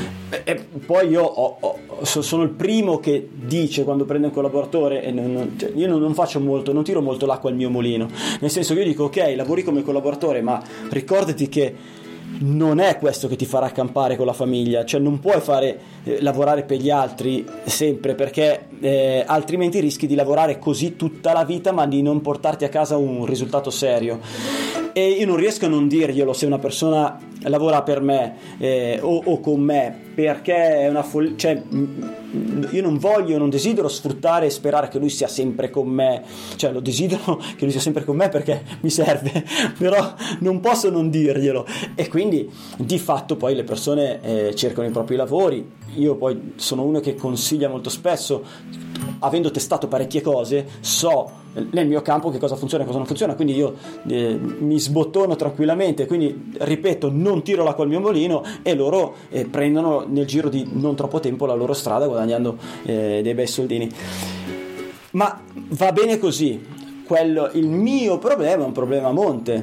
poi io sono il primo che dice, quando prende un collaboratore, e io non faccio molto, non tiro molto l'acqua al mio mulino, nel senso che io dico ok, lavori come collaboratore, ma ricordati che non è questo che ti farà campare con la famiglia, cioè non puoi fare lavorare per gli altri sempre, perché altrimenti rischi di lavorare così tutta la vita ma di non portarti a casa un risultato serio. E io non riesco a non dirglielo se una persona lavora per me o con me, perché è una follia, cioè io non desidero sfruttare e sperare che lui sia sempre con me, cioè lo desidero che lui sia sempre con me perché mi serve, però non posso non dirglielo, e quindi di fatto poi le persone cercano i propri lavori. Io poi sono uno che consiglia molto spesso, avendo testato parecchie cose, so nel mio campo che cosa funziona e cosa non funziona, quindi io mi sbottono tranquillamente, quindi ripeto, non tiro l'acqua al mio mulino, e loro prendono nel giro di non troppo tempo la loro strada, guadagnando dei bei soldini. Ma va bene così. Il mio problema è un problema a monte,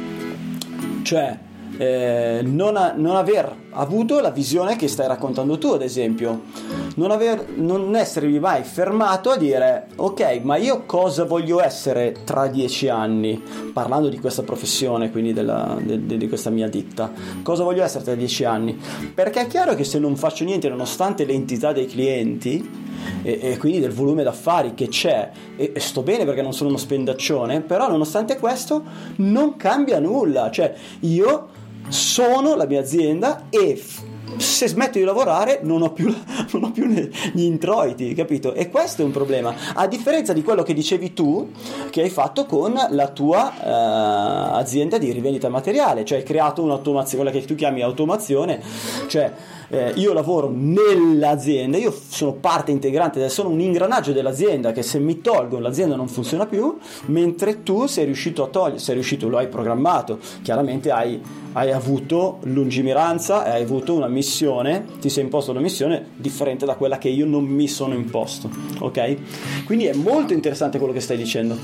cioè non aver avuto la visione che stai raccontando tu, ad esempio, non essermi mai fermato a dire ok, ma io cosa voglio essere tra 10 anni, parlando di questa professione, quindi di questa mia ditta, cosa voglio essere tra 10 anni, perché è chiaro che se non faccio niente, nonostante l'entità dei clienti e quindi del volume d'affari che c'è, e sto bene perché non sono uno spendaccione, però nonostante questo non cambia nulla, cioè io sono la mia azienda e se smetto di lavorare non ho più gli introiti, capito? E questo è un problema, a differenza di quello che dicevi tu che hai fatto con la tua azienda di rivendita materiale, cioè hai creato un'automazione, quella che tu chiami automazione, cioè io lavoro nell'azienda, io sono parte integrante, sono un ingranaggio dell'azienda, che se mi tolgo l'azienda non funziona più, mentre tu sei riuscito a togliere, lo hai programmato, chiaramente hai avuto lungimiranza, hai avuto una missione, ti sei imposto una missione differente da quella che io non mi sono imposto, ok? Quindi è molto interessante quello che stai dicendo.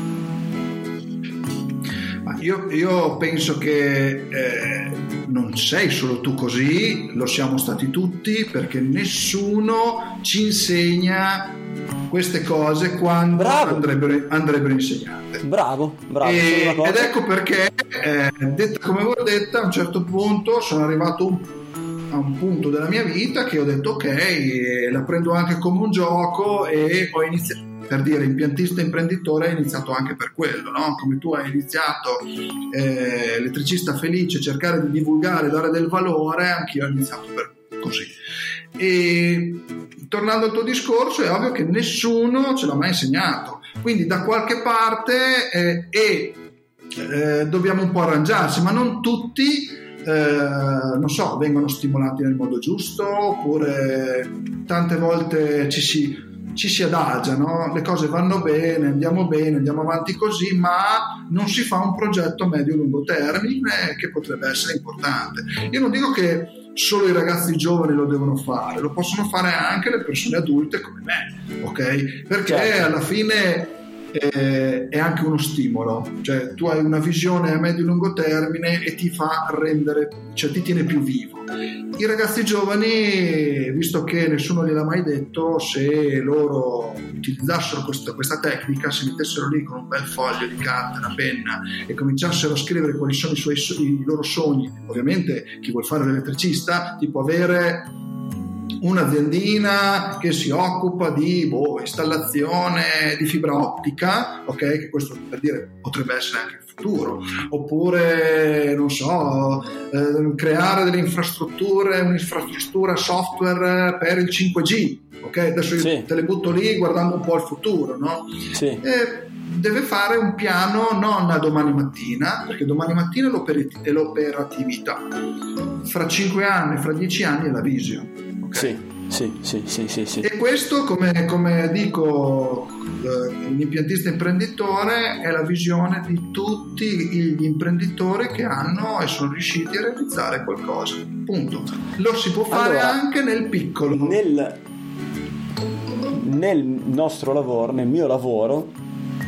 Io penso che non sei solo tu così, lo siamo stati tutti, perché nessuno ci insegna queste cose quando andrebbero insegnate. Bravo. Ed ecco perché, detta come avevo detta, a un certo punto sono arrivato a un punto della mia vita che ho detto ok, la prendo anche come un gioco, e ho iniziato, per dire, impiantista imprenditore, è iniziato anche per quello, no? Come tu hai iniziato elettricista felice, cercare di divulgare, dare del valore, anch'io ho iniziato per così. E tornando al tuo discorso, è ovvio che nessuno ce l'ha mai insegnato, quindi da qualche parte dobbiamo un po' arrangiarsi, ma non tutti non so, vengono stimolati nel modo giusto, oppure tante volte ci si adagia, no? Le cose vanno bene, andiamo avanti così, ma non si fa un progetto a medio-lungo termine che potrebbe essere importante. Io non dico che solo i ragazzi giovani lo devono fare, lo possono fare anche le persone adulte come me, ok? Perché alla fine è anche uno stimolo, cioè tu hai una visione a medio-lungo termine e ti fa rendere, cioè ti tiene più vivo. I ragazzi giovani, visto che nessuno gliel'ha mai detto, se loro utilizzassero questa tecnica, si mettessero lì con un bel foglio di carta, una penna e cominciassero a scrivere quali sono i loro sogni, ovviamente chi vuol fare l'elettricista ti può avere un'aziendina che si occupa di installazione di fibra ottica, ok, che questo per dire potrebbe essere anche il futuro, oppure non so, creare delle infrastrutture, un'infrastruttura software per il 5G, ok? Adesso io te le butto lì guardando un po' al futuro, no? Sì. Deve fare un piano non a domani mattina, perché domani mattina è l'operatività, fra 5 anni, fra 10 anni è la vision, okay? Sì. E questo, come dico l'impiantista imprenditore, è la visione di tutti gli imprenditori che hanno e sono riusciti a realizzare qualcosa, punto. Lo si può fare anche nel piccolo. Nel nostro lavoro, nel mio lavoro,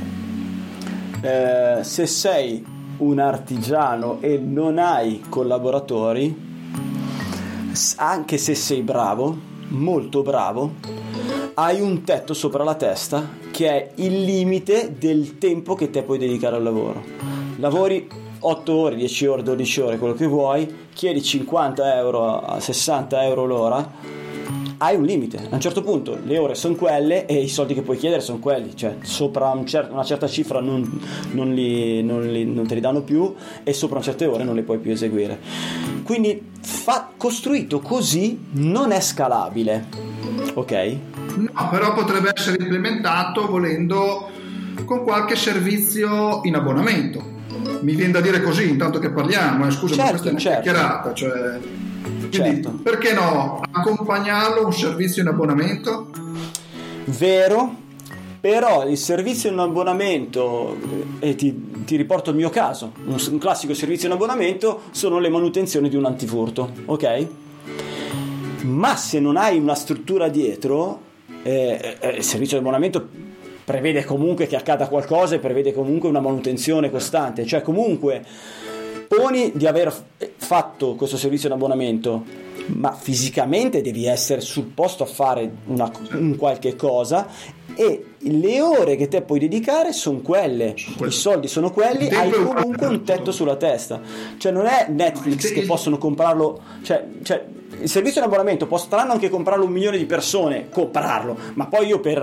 se sei un artigiano e non hai collaboratori, anche se sei bravo, molto bravo, hai un tetto sopra la testa che è il limite del tempo che te puoi dedicare al lavoro. Lavori 8 ore, 10 ore, 12 ore, quello che vuoi, chiedi 50 euro a 60 euro l'ora, hai un limite. A un certo punto le ore sono quelle e i soldi che puoi chiedere sono quelli, cioè sopra una certa cifra non te li danno più, e sopra una certa ore non le puoi più eseguire. Quindi costruito così non è scalabile, ok? No, però potrebbe essere implementato, volendo, con qualche servizio in abbonamento. Mi viene da dire così, intanto che parliamo, scusa, ma questa è una chiacchierata, cioè... Quindi, perché no, accompagnarlo a un servizio in abbonamento? Vero, però il servizio in abbonamento, e ti riporto il mio caso, un classico servizio in abbonamento sono le manutenzioni di un antifurto, ok? Ma se non hai una struttura dietro, il servizio in abbonamento prevede comunque che accada qualcosa e prevede comunque una manutenzione costante, cioè comunque poni di aver fatto questo servizio in abbonamento, ma fisicamente devi essere sul posto a fare un qualche cosa, e le ore che te puoi dedicare sono quelle, i soldi sono quelli, hai comunque un tetto sulla testa, cioè non è Netflix che possono comprarlo, cioè il servizio in abbonamento potranno anche comprarlo 1 milione di persone, comprarlo, ma poi io per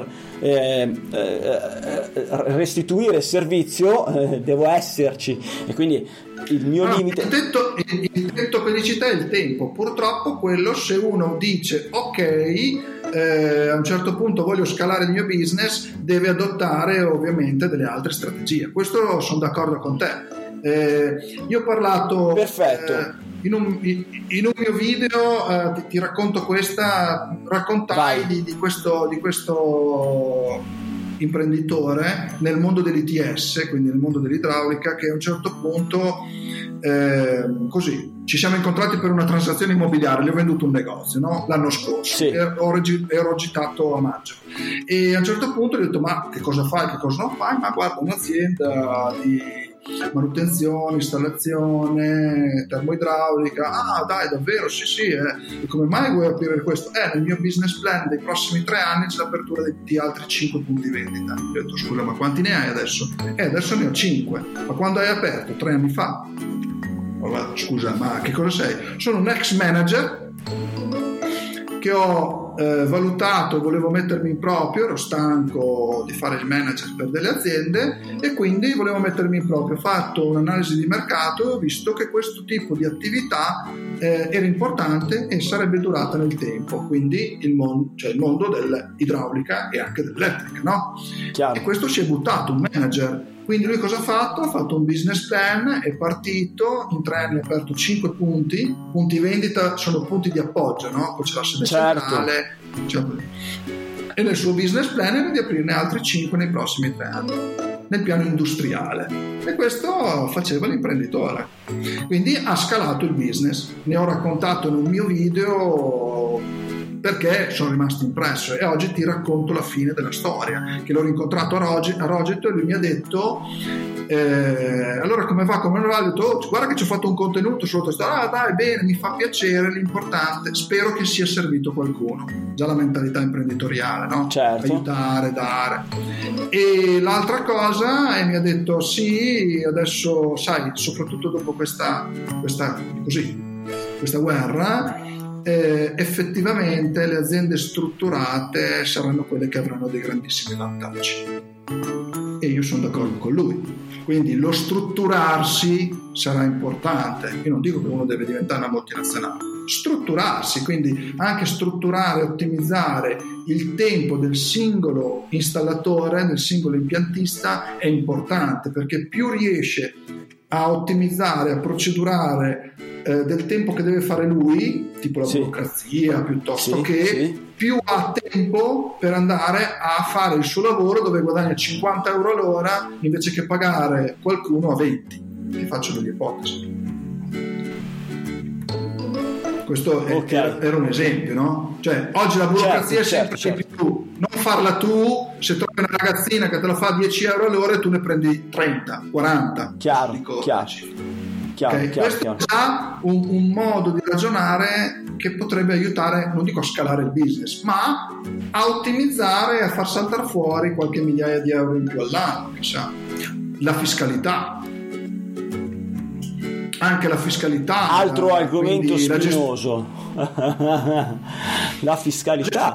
restituire il servizio devo esserci, e quindi il mio limite. Il tetto che dici te è il tempo. Purtroppo quello, se uno dice ok, a un certo punto voglio scalare il mio business, deve adottare ovviamente delle altre strategie. Questo sono d'accordo con te. Io ho parlato, perfetto. In un mio video ti racconto raccontai di questo imprenditore nel mondo dell'ITS, quindi nel mondo dell'idraulica, che a un certo punto così ci siamo incontrati per una transazione immobiliare. Gli ho venduto un negozio, no? L'anno scorso, ero agitato a maggio, e a un certo punto gli ho detto: ma che cosa fai, che cosa non fai? Ma guarda, un'azienda di manutenzione, installazione, termoidraulica. Ah, dai, davvero? Sì. E come mai vuoi aprire questo? Nel mio business plan dei prossimi 3 anni c'è l'apertura di altri 5 punti vendita. Ho detto: scusa, ma quanti ne hai adesso? Adesso ne ho 5. Ma quando hai aperto? 3 anni fa. Scusa, ma che cosa sei? Sono un ex manager che ho valutato, volevo mettermi in proprio, ero stanco di fare il manager per delle aziende e quindi volevo mettermi in proprio. Ho fatto un'analisi di mercato e ho visto che questo tipo di attività era importante e sarebbe durata nel tempo, quindi il mondo dell'idraulica e anche dell'elettrica, no? Chiaro. E questo si è buttato, un manager. Quindi lui cosa ha fatto? Ha fatto un business plan, è partito, in 3 anni ha aperto 5 punti vendita, sono punti di appoggio, no? Poi c'è la sede centrale, e nel suo business plan era di aprirne altri 5 nei prossimi 3 anni, nel piano industriale, e questo faceva l'imprenditore, quindi ha scalato il business. Ne ho raccontato in un mio video perché sono rimasto impresso, e oggi ti racconto la fine della storia, che l'ho rincontrato a Rogeto e lui mi ha detto allora come va, come non va? Ho detto: guarda che ci ho fatto un contenuto sulla tua storia. Dai, bene, mi fa piacere, l'importante, spero che sia servito a qualcuno. Già la mentalità imprenditoriale, no? Certo. Aiutare, dare. E l'altra cosa, mi ha detto: sì, adesso sai, soprattutto dopo questa guerra, effettivamente le aziende strutturate saranno quelle che avranno dei grandissimi vantaggi, e io sono d'accordo con lui. Quindi lo strutturarsi sarà importante. Io non dico che uno deve diventare una multinazionale, strutturarsi, quindi anche strutturare, ottimizzare il tempo del singolo installatore, del singolo impiantista è importante, perché più riesce a ottimizzare, a procedurare del tempo che deve fare lui, tipo la burocrazia piuttosto più ha tempo per andare a fare il suo lavoro, dove guadagna 50 euro all'ora invece che pagare qualcuno a 20. Ti faccio delle ipotesi. Questo era un esempio, no? Cioè, oggi la burocrazia è sempre di più. Non farla tu, se trovi una ragazzina che te la fa a 10 euro all'ora e tu ne prendi 30, 40. Chiaro. Questo è già un modo di ragionare che potrebbe aiutare, non dico a scalare il business, ma a ottimizzare e a far saltare fuori qualche migliaia di euro in più all'anno. Chissà. La fiscalità, anche la fiscalità, altro argomento spinoso. La fiscalità,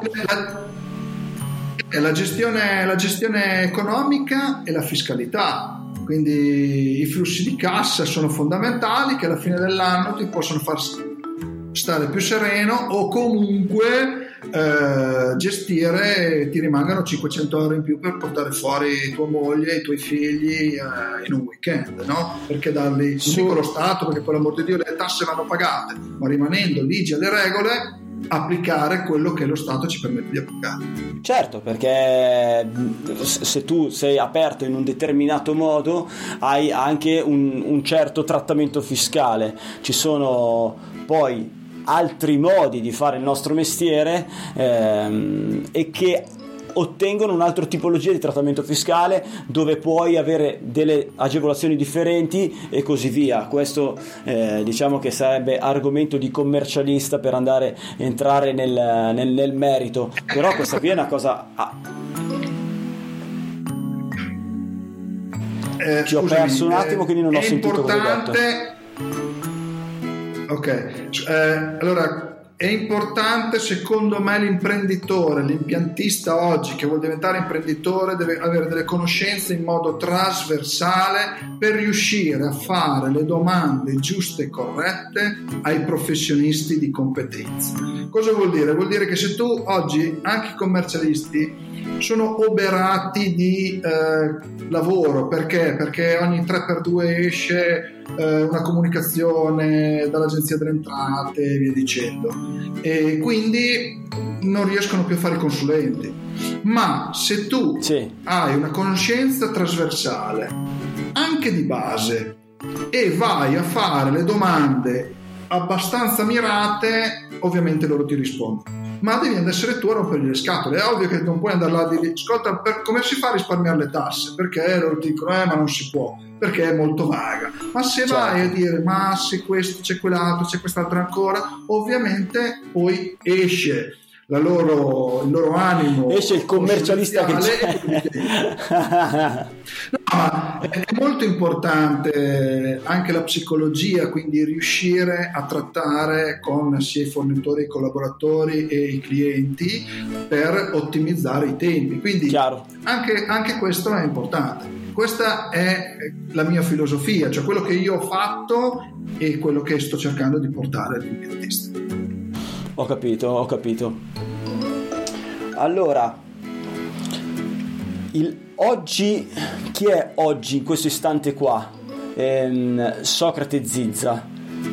la gestione economica e la fiscalità. Quindi i flussi di cassa sono fondamentali, che alla fine dell'anno ti possono far stare più sereno, o comunque gestire, ti rimangano 500 euro in più per portare fuori tua moglie e i tuoi figli in un weekend, no? Perché darli, non dico lo Stato, perché per l'amor di Dio le tasse vanno pagate, ma rimanendo ligi alle regole, applicare quello che lo Stato ci permette di applicare. Certo, perché se tu sei aperto in un determinato modo hai anche un certo trattamento fiscale. Ci sono poi altri modi di fare il nostro mestiere e che ottengono un'altra tipologia di trattamento fiscale, dove puoi avere delle agevolazioni differenti e così via. Questo diciamo che sarebbe argomento di commercialista per entrare nel merito, però questa qui è una cosa ci ho perso un attimo, quindi non ho sentito quello detto. Allora è importante, secondo me, l'imprenditore, l'impiantista oggi che vuole diventare imprenditore deve avere delle conoscenze in modo trasversale per riuscire a fare le domande giuste e corrette ai professionisti di competenza. Cosa vuol dire? Vuol dire che se tu oggi, anche i commercialisti sono oberati di lavoro, perché ogni 3x2 esce una comunicazione dall'Agenzia delle Entrate e via dicendo, e quindi non riescono più a fare i consulenti. Ma se tu hai una conoscenza trasversale anche di base e vai a fare le domande abbastanza mirate, ovviamente loro ti rispondono, ma devi essere tu a rompergli le scatole. È ovvio che non puoi andare là a dire: ascolta, come si fa a risparmiare le tasse? Perché loro ti dicono ma non si può, perché è molto vaga. Ma se vai a dire ma se questo c'è quell'altro, c'è quest'altro ancora, ovviamente poi esce il loro animo, esce il commercialista che c'è. No, ma è molto importante anche la psicologia, quindi riuscire a trattare con sia i fornitori, i collaboratori e i clienti per ottimizzare i tempi. Quindi anche questo è importante. Questa è la mia filosofia, cioè quello che io ho fatto e quello che sto cercando di portare agli impiantisti. Ho capito. Allora, oggi, chi è oggi in questo istante qua? Socrate Zizza.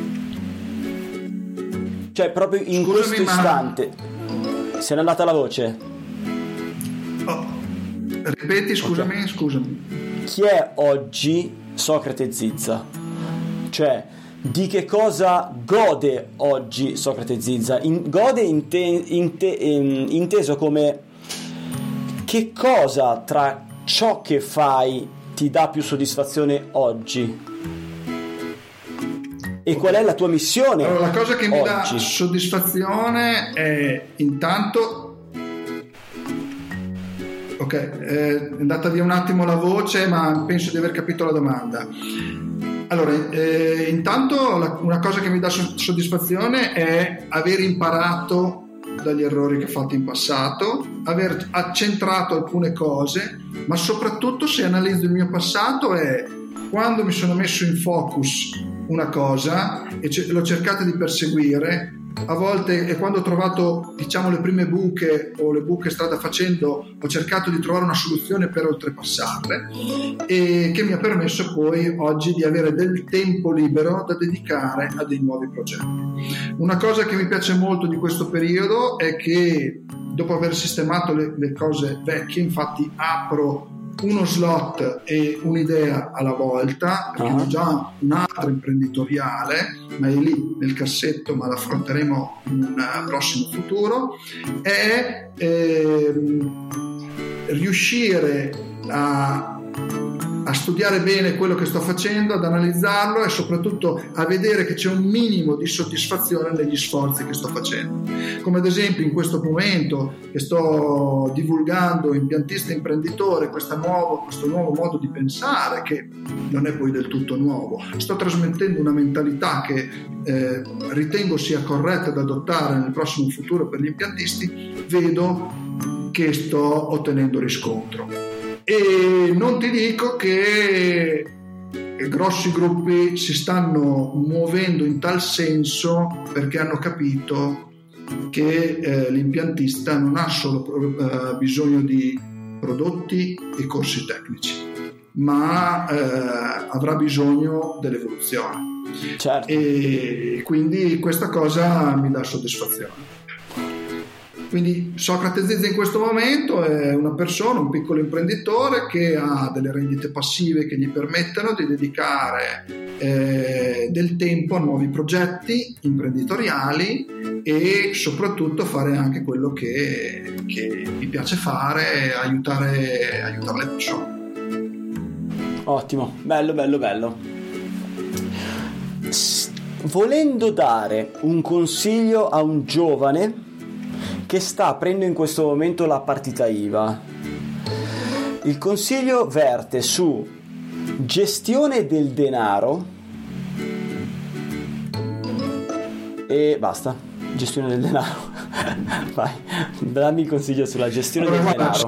Cioè proprio in questo istante. Se n'è andata la voce? Ripeti, scusami. Chi è oggi Socrate Zizza? Cioè, di che cosa gode oggi Socrate Zizza? Gode inteso come che cosa tra ciò che fai ti dà più soddisfazione oggi? E qual è la tua missione? Allora, la cosa che mi dà oggi? Soddisfazione è intanto... Ok, è andata via un attimo la voce, ma penso di aver capito la domanda. Allora, intanto una cosa che mi dà soddisfazione è aver imparato dagli errori che ho fatto in passato, aver accentrato alcune cose, ma soprattutto, se analizzo il mio passato, è quando mi sono messo in focus una cosa e l'ho cercata di perseguire, a volte, e quando ho trovato, diciamo, le prime buche o le buche strada facendo, ho cercato di trovare una soluzione per oltrepassarle, e che mi ha permesso poi oggi di avere del tempo libero da dedicare a dei nuovi progetti. Una cosa che mi piace molto di questo periodo è che dopo aver sistemato le cose vecchie, infatti apro uno slot e un'idea alla volta, perché ho già un'altra imprenditoriale, ma è lì nel cassetto, ma la affronteremo in un prossimo futuro, è riuscire a studiare bene quello che sto facendo, ad analizzarlo e soprattutto a vedere che c'è un minimo di soddisfazione negli sforzi che sto facendo. Come ad esempio in questo momento che sto divulgando Impiantista Imprenditore, questo nuovo modo di pensare, che non è poi del tutto nuovo. Sto trasmettendo una mentalità che ritengo sia corretta da adottare nel prossimo futuro per gli impiantisti. Vedo che sto ottenendo riscontro. E non ti dico che grossi gruppi si stanno muovendo in tal senso, perché hanno capito che l'impiantista non ha solo bisogno di prodotti e corsi tecnici, ma avrà bisogno dell'evoluzione. Certo. E quindi questa cosa mi dà soddisfazione. Quindi Socrate Zizza in questo momento è una persona, un piccolo imprenditore che ha delle rendite passive che gli permettono di dedicare del tempo a nuovi progetti imprenditoriali e soprattutto fare anche quello che mi piace fare, aiutare le persone. Ottimo, bello. Volendo dare un consiglio a un giovane che sta aprendo in questo momento la partita IVA, il consiglio verte su gestione del denaro e basta. Gestione del denaro. Vai, dammi il consiglio sulla gestione del denaro.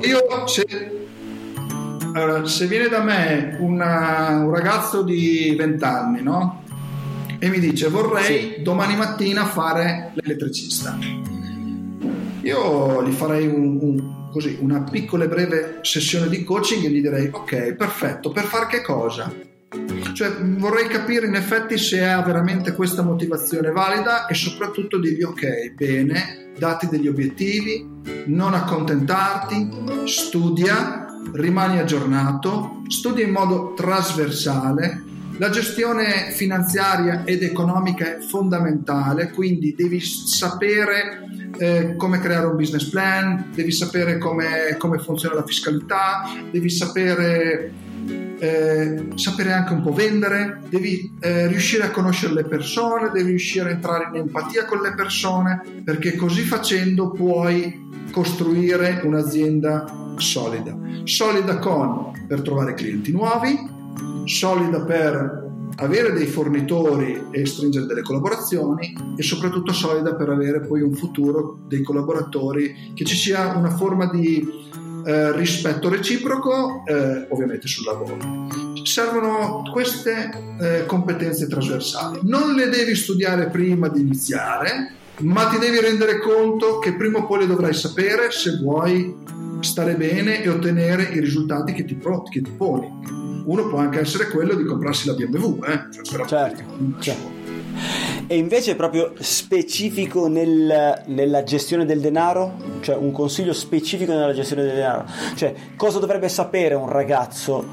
Se viene da me un ragazzo di 20 anni, no? E mi dice vorrei domani mattina fare l'elettricista, io gli farei una piccola e breve sessione di coaching e gli direi ok, perfetto, per far che cosa? Cioè vorrei capire in effetti se ha veramente questa motivazione valida e soprattutto dirgli ok, bene, dati degli obiettivi, non accontentarti, studia, rimani aggiornato, studia in modo trasversale. La gestione finanziaria ed economica è fondamentale, quindi devi sapere come creare un business plan, devi sapere come funziona la fiscalità, devi sapere anche un po' vendere, devi riuscire a conoscere le persone, devi riuscire a entrare in empatia con le persone, perché così facendo puoi costruire un'azienda solida per trovare clienti nuovi, solida per avere dei fornitori e stringere delle collaborazioni e soprattutto solida per avere poi un futuro dei collaboratori, che ci sia una forma di rispetto reciproco, ovviamente sul lavoro. Servono queste competenze trasversali. Non le devi studiare prima di iniziare, ma ti devi rendere conto che prima o poi le dovrai sapere se vuoi stare bene e ottenere i risultati che ti poni. Uno può anche essere quello di comprarsi la BMW, certo. E invece proprio specifico nella gestione del denaro, cioè un consiglio specifico nella gestione del denaro, cioè cosa dovrebbe sapere un ragazzo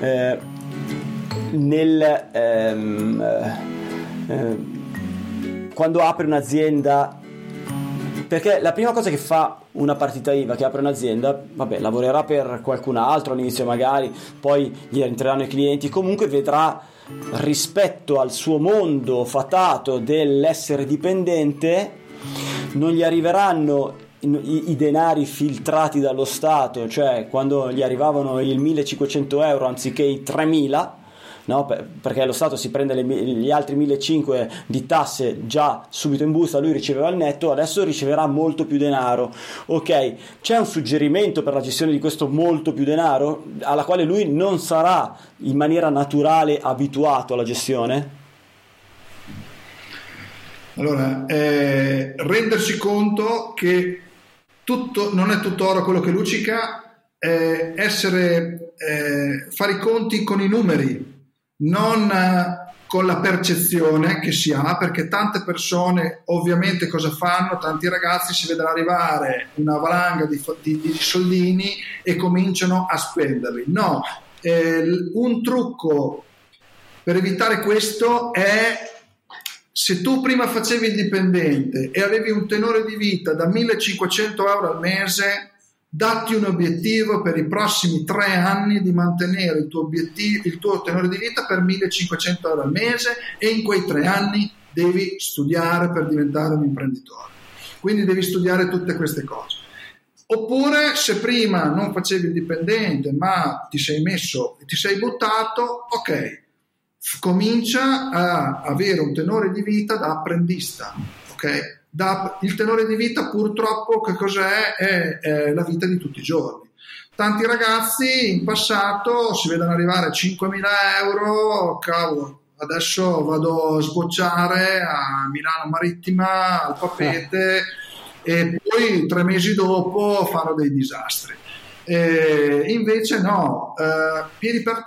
quando apre un'azienda. Perché la prima cosa che fa una partita IVA che apre un'azienda, lavorerà per qualcun altro all'inizio magari, poi gli entreranno i clienti, comunque vedrà rispetto al suo mondo fatato dell'essere dipendente, non gli arriveranno i denari filtrati dallo Stato, cioè quando gli arrivavano i 1.500 euro anziché i 3.000, no? Perché lo Stato si prende gli altri 1.500 di tasse già subito in busta, lui riceveva il netto, adesso riceverà molto più denaro. Ok, c'è un suggerimento per la gestione di questo molto più denaro alla quale lui non sarà in maniera naturale abituato alla gestione? Allora, rendersi conto che tutto non è tutto oro quello che luccica, fare i conti con i numeri, non con la percezione che si ha, perché tante persone ovviamente cosa fanno? Tanti ragazzi si vedono arrivare una valanga di soldini e cominciano a spenderli. No, un trucco per evitare questo è: se tu prima facevi il dipendente e avevi un tenore di vita da 1.500 euro al mese, datti un obiettivo per i prossimi 3 anni di mantenere il tuo tenore di vita per 1.500 euro al mese, e in quei 3 anni devi studiare per diventare un imprenditore. Quindi devi studiare tutte queste cose. Oppure, se prima non facevi il dipendente ma ti sei buttato, ok, comincia a avere un tenore di vita da apprendista, ok? Il tenore di vita, purtroppo, che cos'è? È la vita di tutti i giorni. Tanti ragazzi in passato si vedono arrivare a 5.000 euro, cavolo, adesso vado a sbocciare a Milano Marittima, al Papete, e poi 3 mesi dopo fanno dei disastri. Invece no, piedi per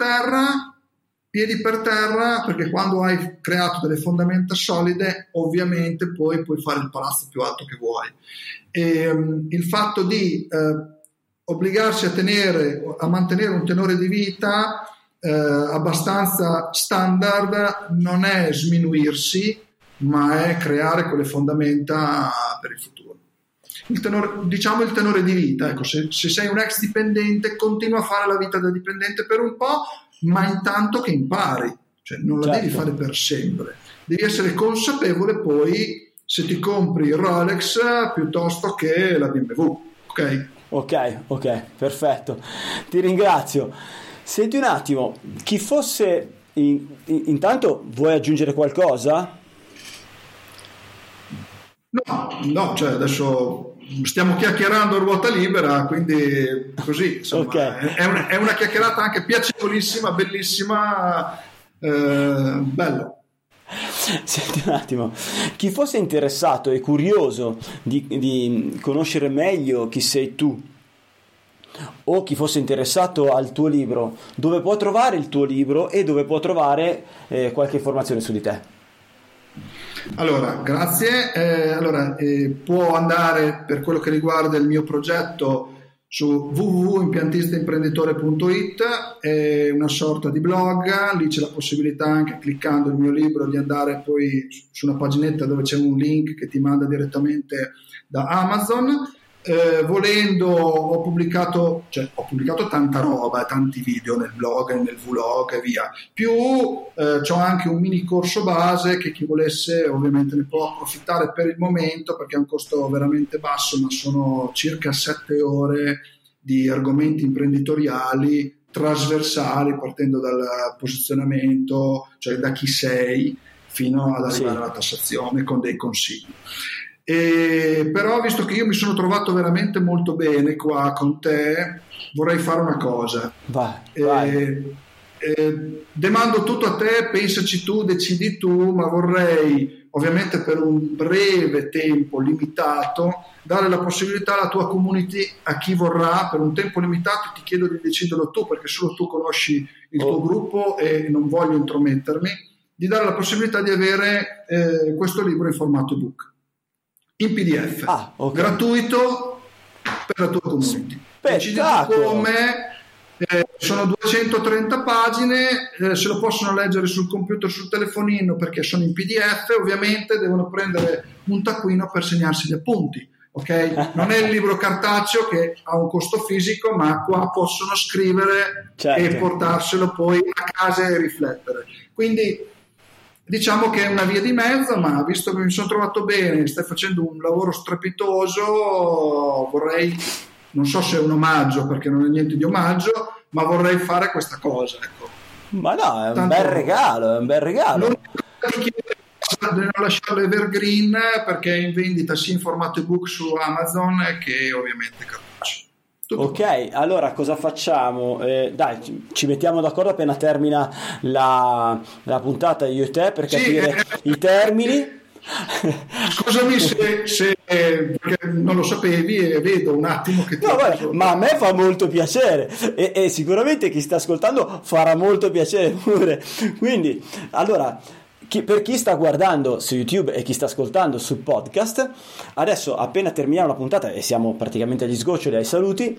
terra, perché quando hai creato delle fondamenta solide, ovviamente poi puoi fare il palazzo più alto che vuoi. Il fatto di obbligarsi a mantenere un tenore di vita abbastanza standard non è sminuirsi, ma è creare quelle fondamenta per il futuro. Il tenore di vita, ecco, se sei un ex dipendente, continua a fare la vita da dipendente per un po', ma intanto che impari, cioè non la devi fare per sempre, devi essere consapevole poi se ti compri il Rolex piuttosto che la BMW, ok, perfetto, ti ringrazio. Senti un attimo, chi fosse intanto, vuoi aggiungere qualcosa? No, cioè adesso stiamo chiacchierando a ruota libera, quindi così, insomma, è una chiacchierata anche piacevolissima, bellissima, bello. Senti un attimo, chi fosse interessato e curioso di conoscere meglio chi sei tu, o chi fosse interessato al tuo libro, dove può trovare il tuo libro e dove può trovare qualche informazione su di te? Allora, grazie. Può andare, per quello che riguarda il mio progetto, su www.impiantistaimprenditore.it, è una sorta di blog. Lì c'è la possibilità, anche cliccando il mio libro, di andare poi su una paginetta dove c'è un link che ti manda direttamente da Amazon. Volendo, ho pubblicato tanta roba, tanti video nel blog e nel vlog e via, più c'ho anche un mini corso base che chi volesse ovviamente ne può approfittare per il momento, perché è un costo veramente basso, ma sono circa 7 ore di argomenti imprenditoriali trasversali, partendo dal posizionamento, cioè da chi sei fino ad arrivare alla tassazione, con dei consigli. Però, visto che io mi sono trovato veramente molto bene qua con te, vorrei fare una cosa. Vai. Demando tutto a te, pensaci tu, decidi tu, ma vorrei, ovviamente per un breve tempo limitato, dare la possibilità alla tua community, a chi vorrà, per un tempo limitato. Ti chiedo di deciderlo tu, perché solo tu conosci il tuo gruppo e non voglio intromettermi, di dare la possibilità di avere questo libro in formato ebook, in PDF, gratuito per la tua community. Decidi come. Sono 230 pagine, se lo possono leggere sul computer, sul telefonino, perché sono in PDF. Ovviamente devono prendere un taccuino per segnarsi gli appunti, ok? Non è il libro cartaceo che ha un costo fisico, ma qua possono scrivere e portarselo poi a casa e riflettere. Quindi diciamo che è una via di mezzo, ma visto che mi sono trovato bene, stai facendo un lavoro strepitoso, vorrei, non so se è un omaggio, perché non è niente di omaggio, ma vorrei fare questa cosa, ecco. Ma no, è un bel regalo, Non lasciarlo evergreen, perché è in vendita sia in formato ebook su Amazon che ovviamente cartaceo. Ok, allora cosa facciamo? Dai, ci mettiamo d'accordo appena termina la puntata io e te, per capire i termini. Scusami se perché non lo sapevi e vedo un attimo che ti ma a me fa molto piacere e sicuramente chi sta ascoltando farà molto piacere pure. Quindi, allora, per chi sta guardando su YouTube e chi sta ascoltando sul podcast, adesso appena terminiamo la puntata e siamo praticamente agli sgoccioli, ai saluti,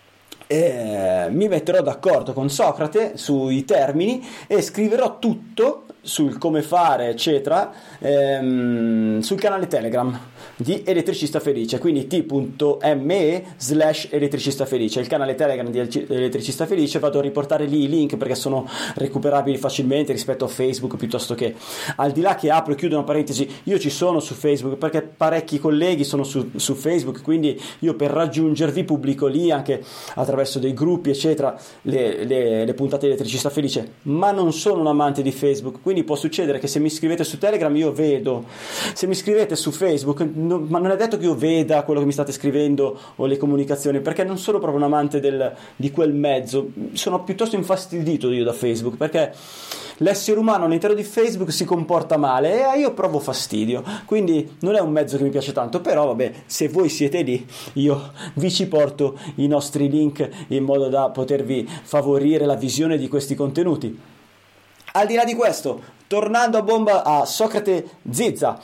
mi metterò d'accordo con Socrate sui termini e scriverò tutto sul come fare eccetera sul canale Telegram di Elettricista Felice, quindi t.me/elettricista felice, il canale Telegram di Elettricista Felice. Vado a riportare lì i link perché sono recuperabili facilmente rispetto a Facebook, piuttosto che, al di là che apro e chiudo una parentesi, io ci sono su Facebook perché parecchi colleghi sono su Facebook, quindi io per raggiungervi pubblico lì anche attraverso dei gruppi eccetera le puntate di Elettricista Felice, ma non sono un amante di Facebook, quindi può succedere che se mi scrivete su Telegram io vedo, se mi scrivete su Facebook ma non è detto che io veda quello che mi state scrivendo o le comunicazioni, perché non sono proprio un amante di quel mezzo, sono piuttosto infastidito io da Facebook, perché l'essere umano all'interno di Facebook si comporta male e io provo fastidio, quindi non è un mezzo che mi piace tanto. Però vabbè, se voi siete lì io vi ci porto i nostri link in modo da potervi favorire la visione di questi contenuti. Al di là di questo, tornando a bomba a Socrate Zizza,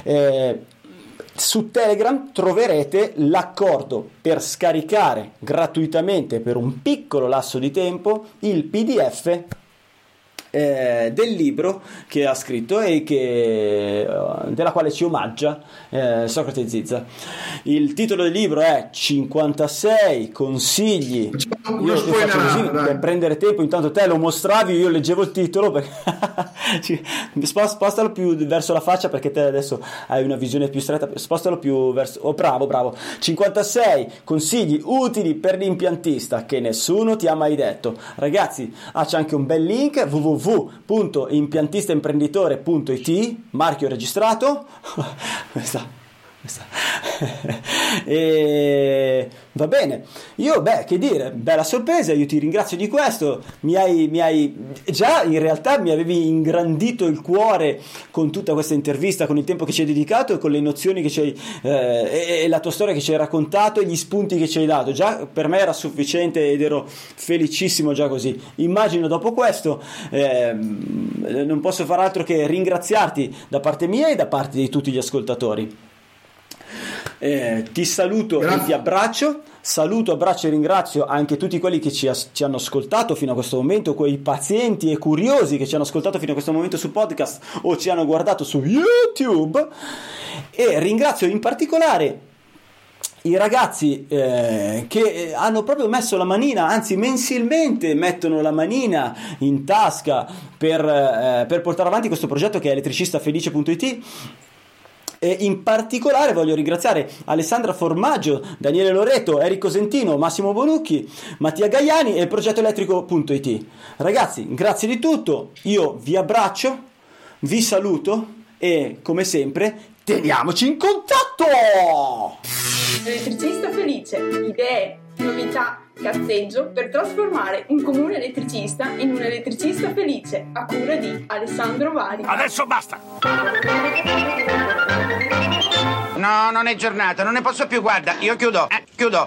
su Telegram troverete l'accordo per scaricare gratuitamente per un piccolo lasso di tempo il PDF del libro che ha scritto e della quale ci omaggia Socrate Zizza. Il titolo del libro è 56 consigli. Io ti faccio così per prendere tempo, intanto te lo mostravi, io leggevo il titolo perché spostalo più verso la faccia perché te adesso hai una visione più stretta, spostalo più verso, bravo. 56 consigli utili per l'impiantista che nessuno ti ha mai detto. Ragazzi, c'è anche un bel link www.impiantistaimprenditore.it, marchio registrato. questa e va bene, io che dire, bella sorpresa, io ti ringrazio di questo, mi hai già, in realtà mi avevi ingrandito il cuore con tutta questa intervista, con il tempo che ci hai dedicato e con le nozioni che ci hai e la tua storia che ci hai raccontato e gli spunti che ci hai dato. Già per me era sufficiente ed ero felicissimo già così. Immagino dopo questo non posso far altro che ringraziarti da parte mia e da parte di tutti gli ascoltatori. Ti saluto e ti abbraccio, abbraccio e ringrazio anche tutti quelli che ci hanno ascoltato fino a questo momento, quei pazienti e curiosi che ci hanno ascoltato fino a questo momento su podcast o ci hanno guardato su YouTube, e ringrazio in particolare i ragazzi che hanno proprio messo la manina, anzi mensilmente mettono la manina in tasca per portare avanti questo progetto che è elettricistafelice.it. E in particolare voglio ringraziare Alessandra Formaggio, Daniele Loreto, Enrico Sentino, Massimo Bonucchi, Mattia Gaiani e progettoelettrico.it. Ragazzi, grazie di tutto, io vi abbraccio, vi saluto e come sempre teniamoci in contatto! Elettricista Felice, idee, novità, cazzeggio per trasformare un comune elettricista in un elettricista felice, a cura di Alessandro Vari. Adesso basta! No, non è giornata, non ne posso più, guarda, io chiudo.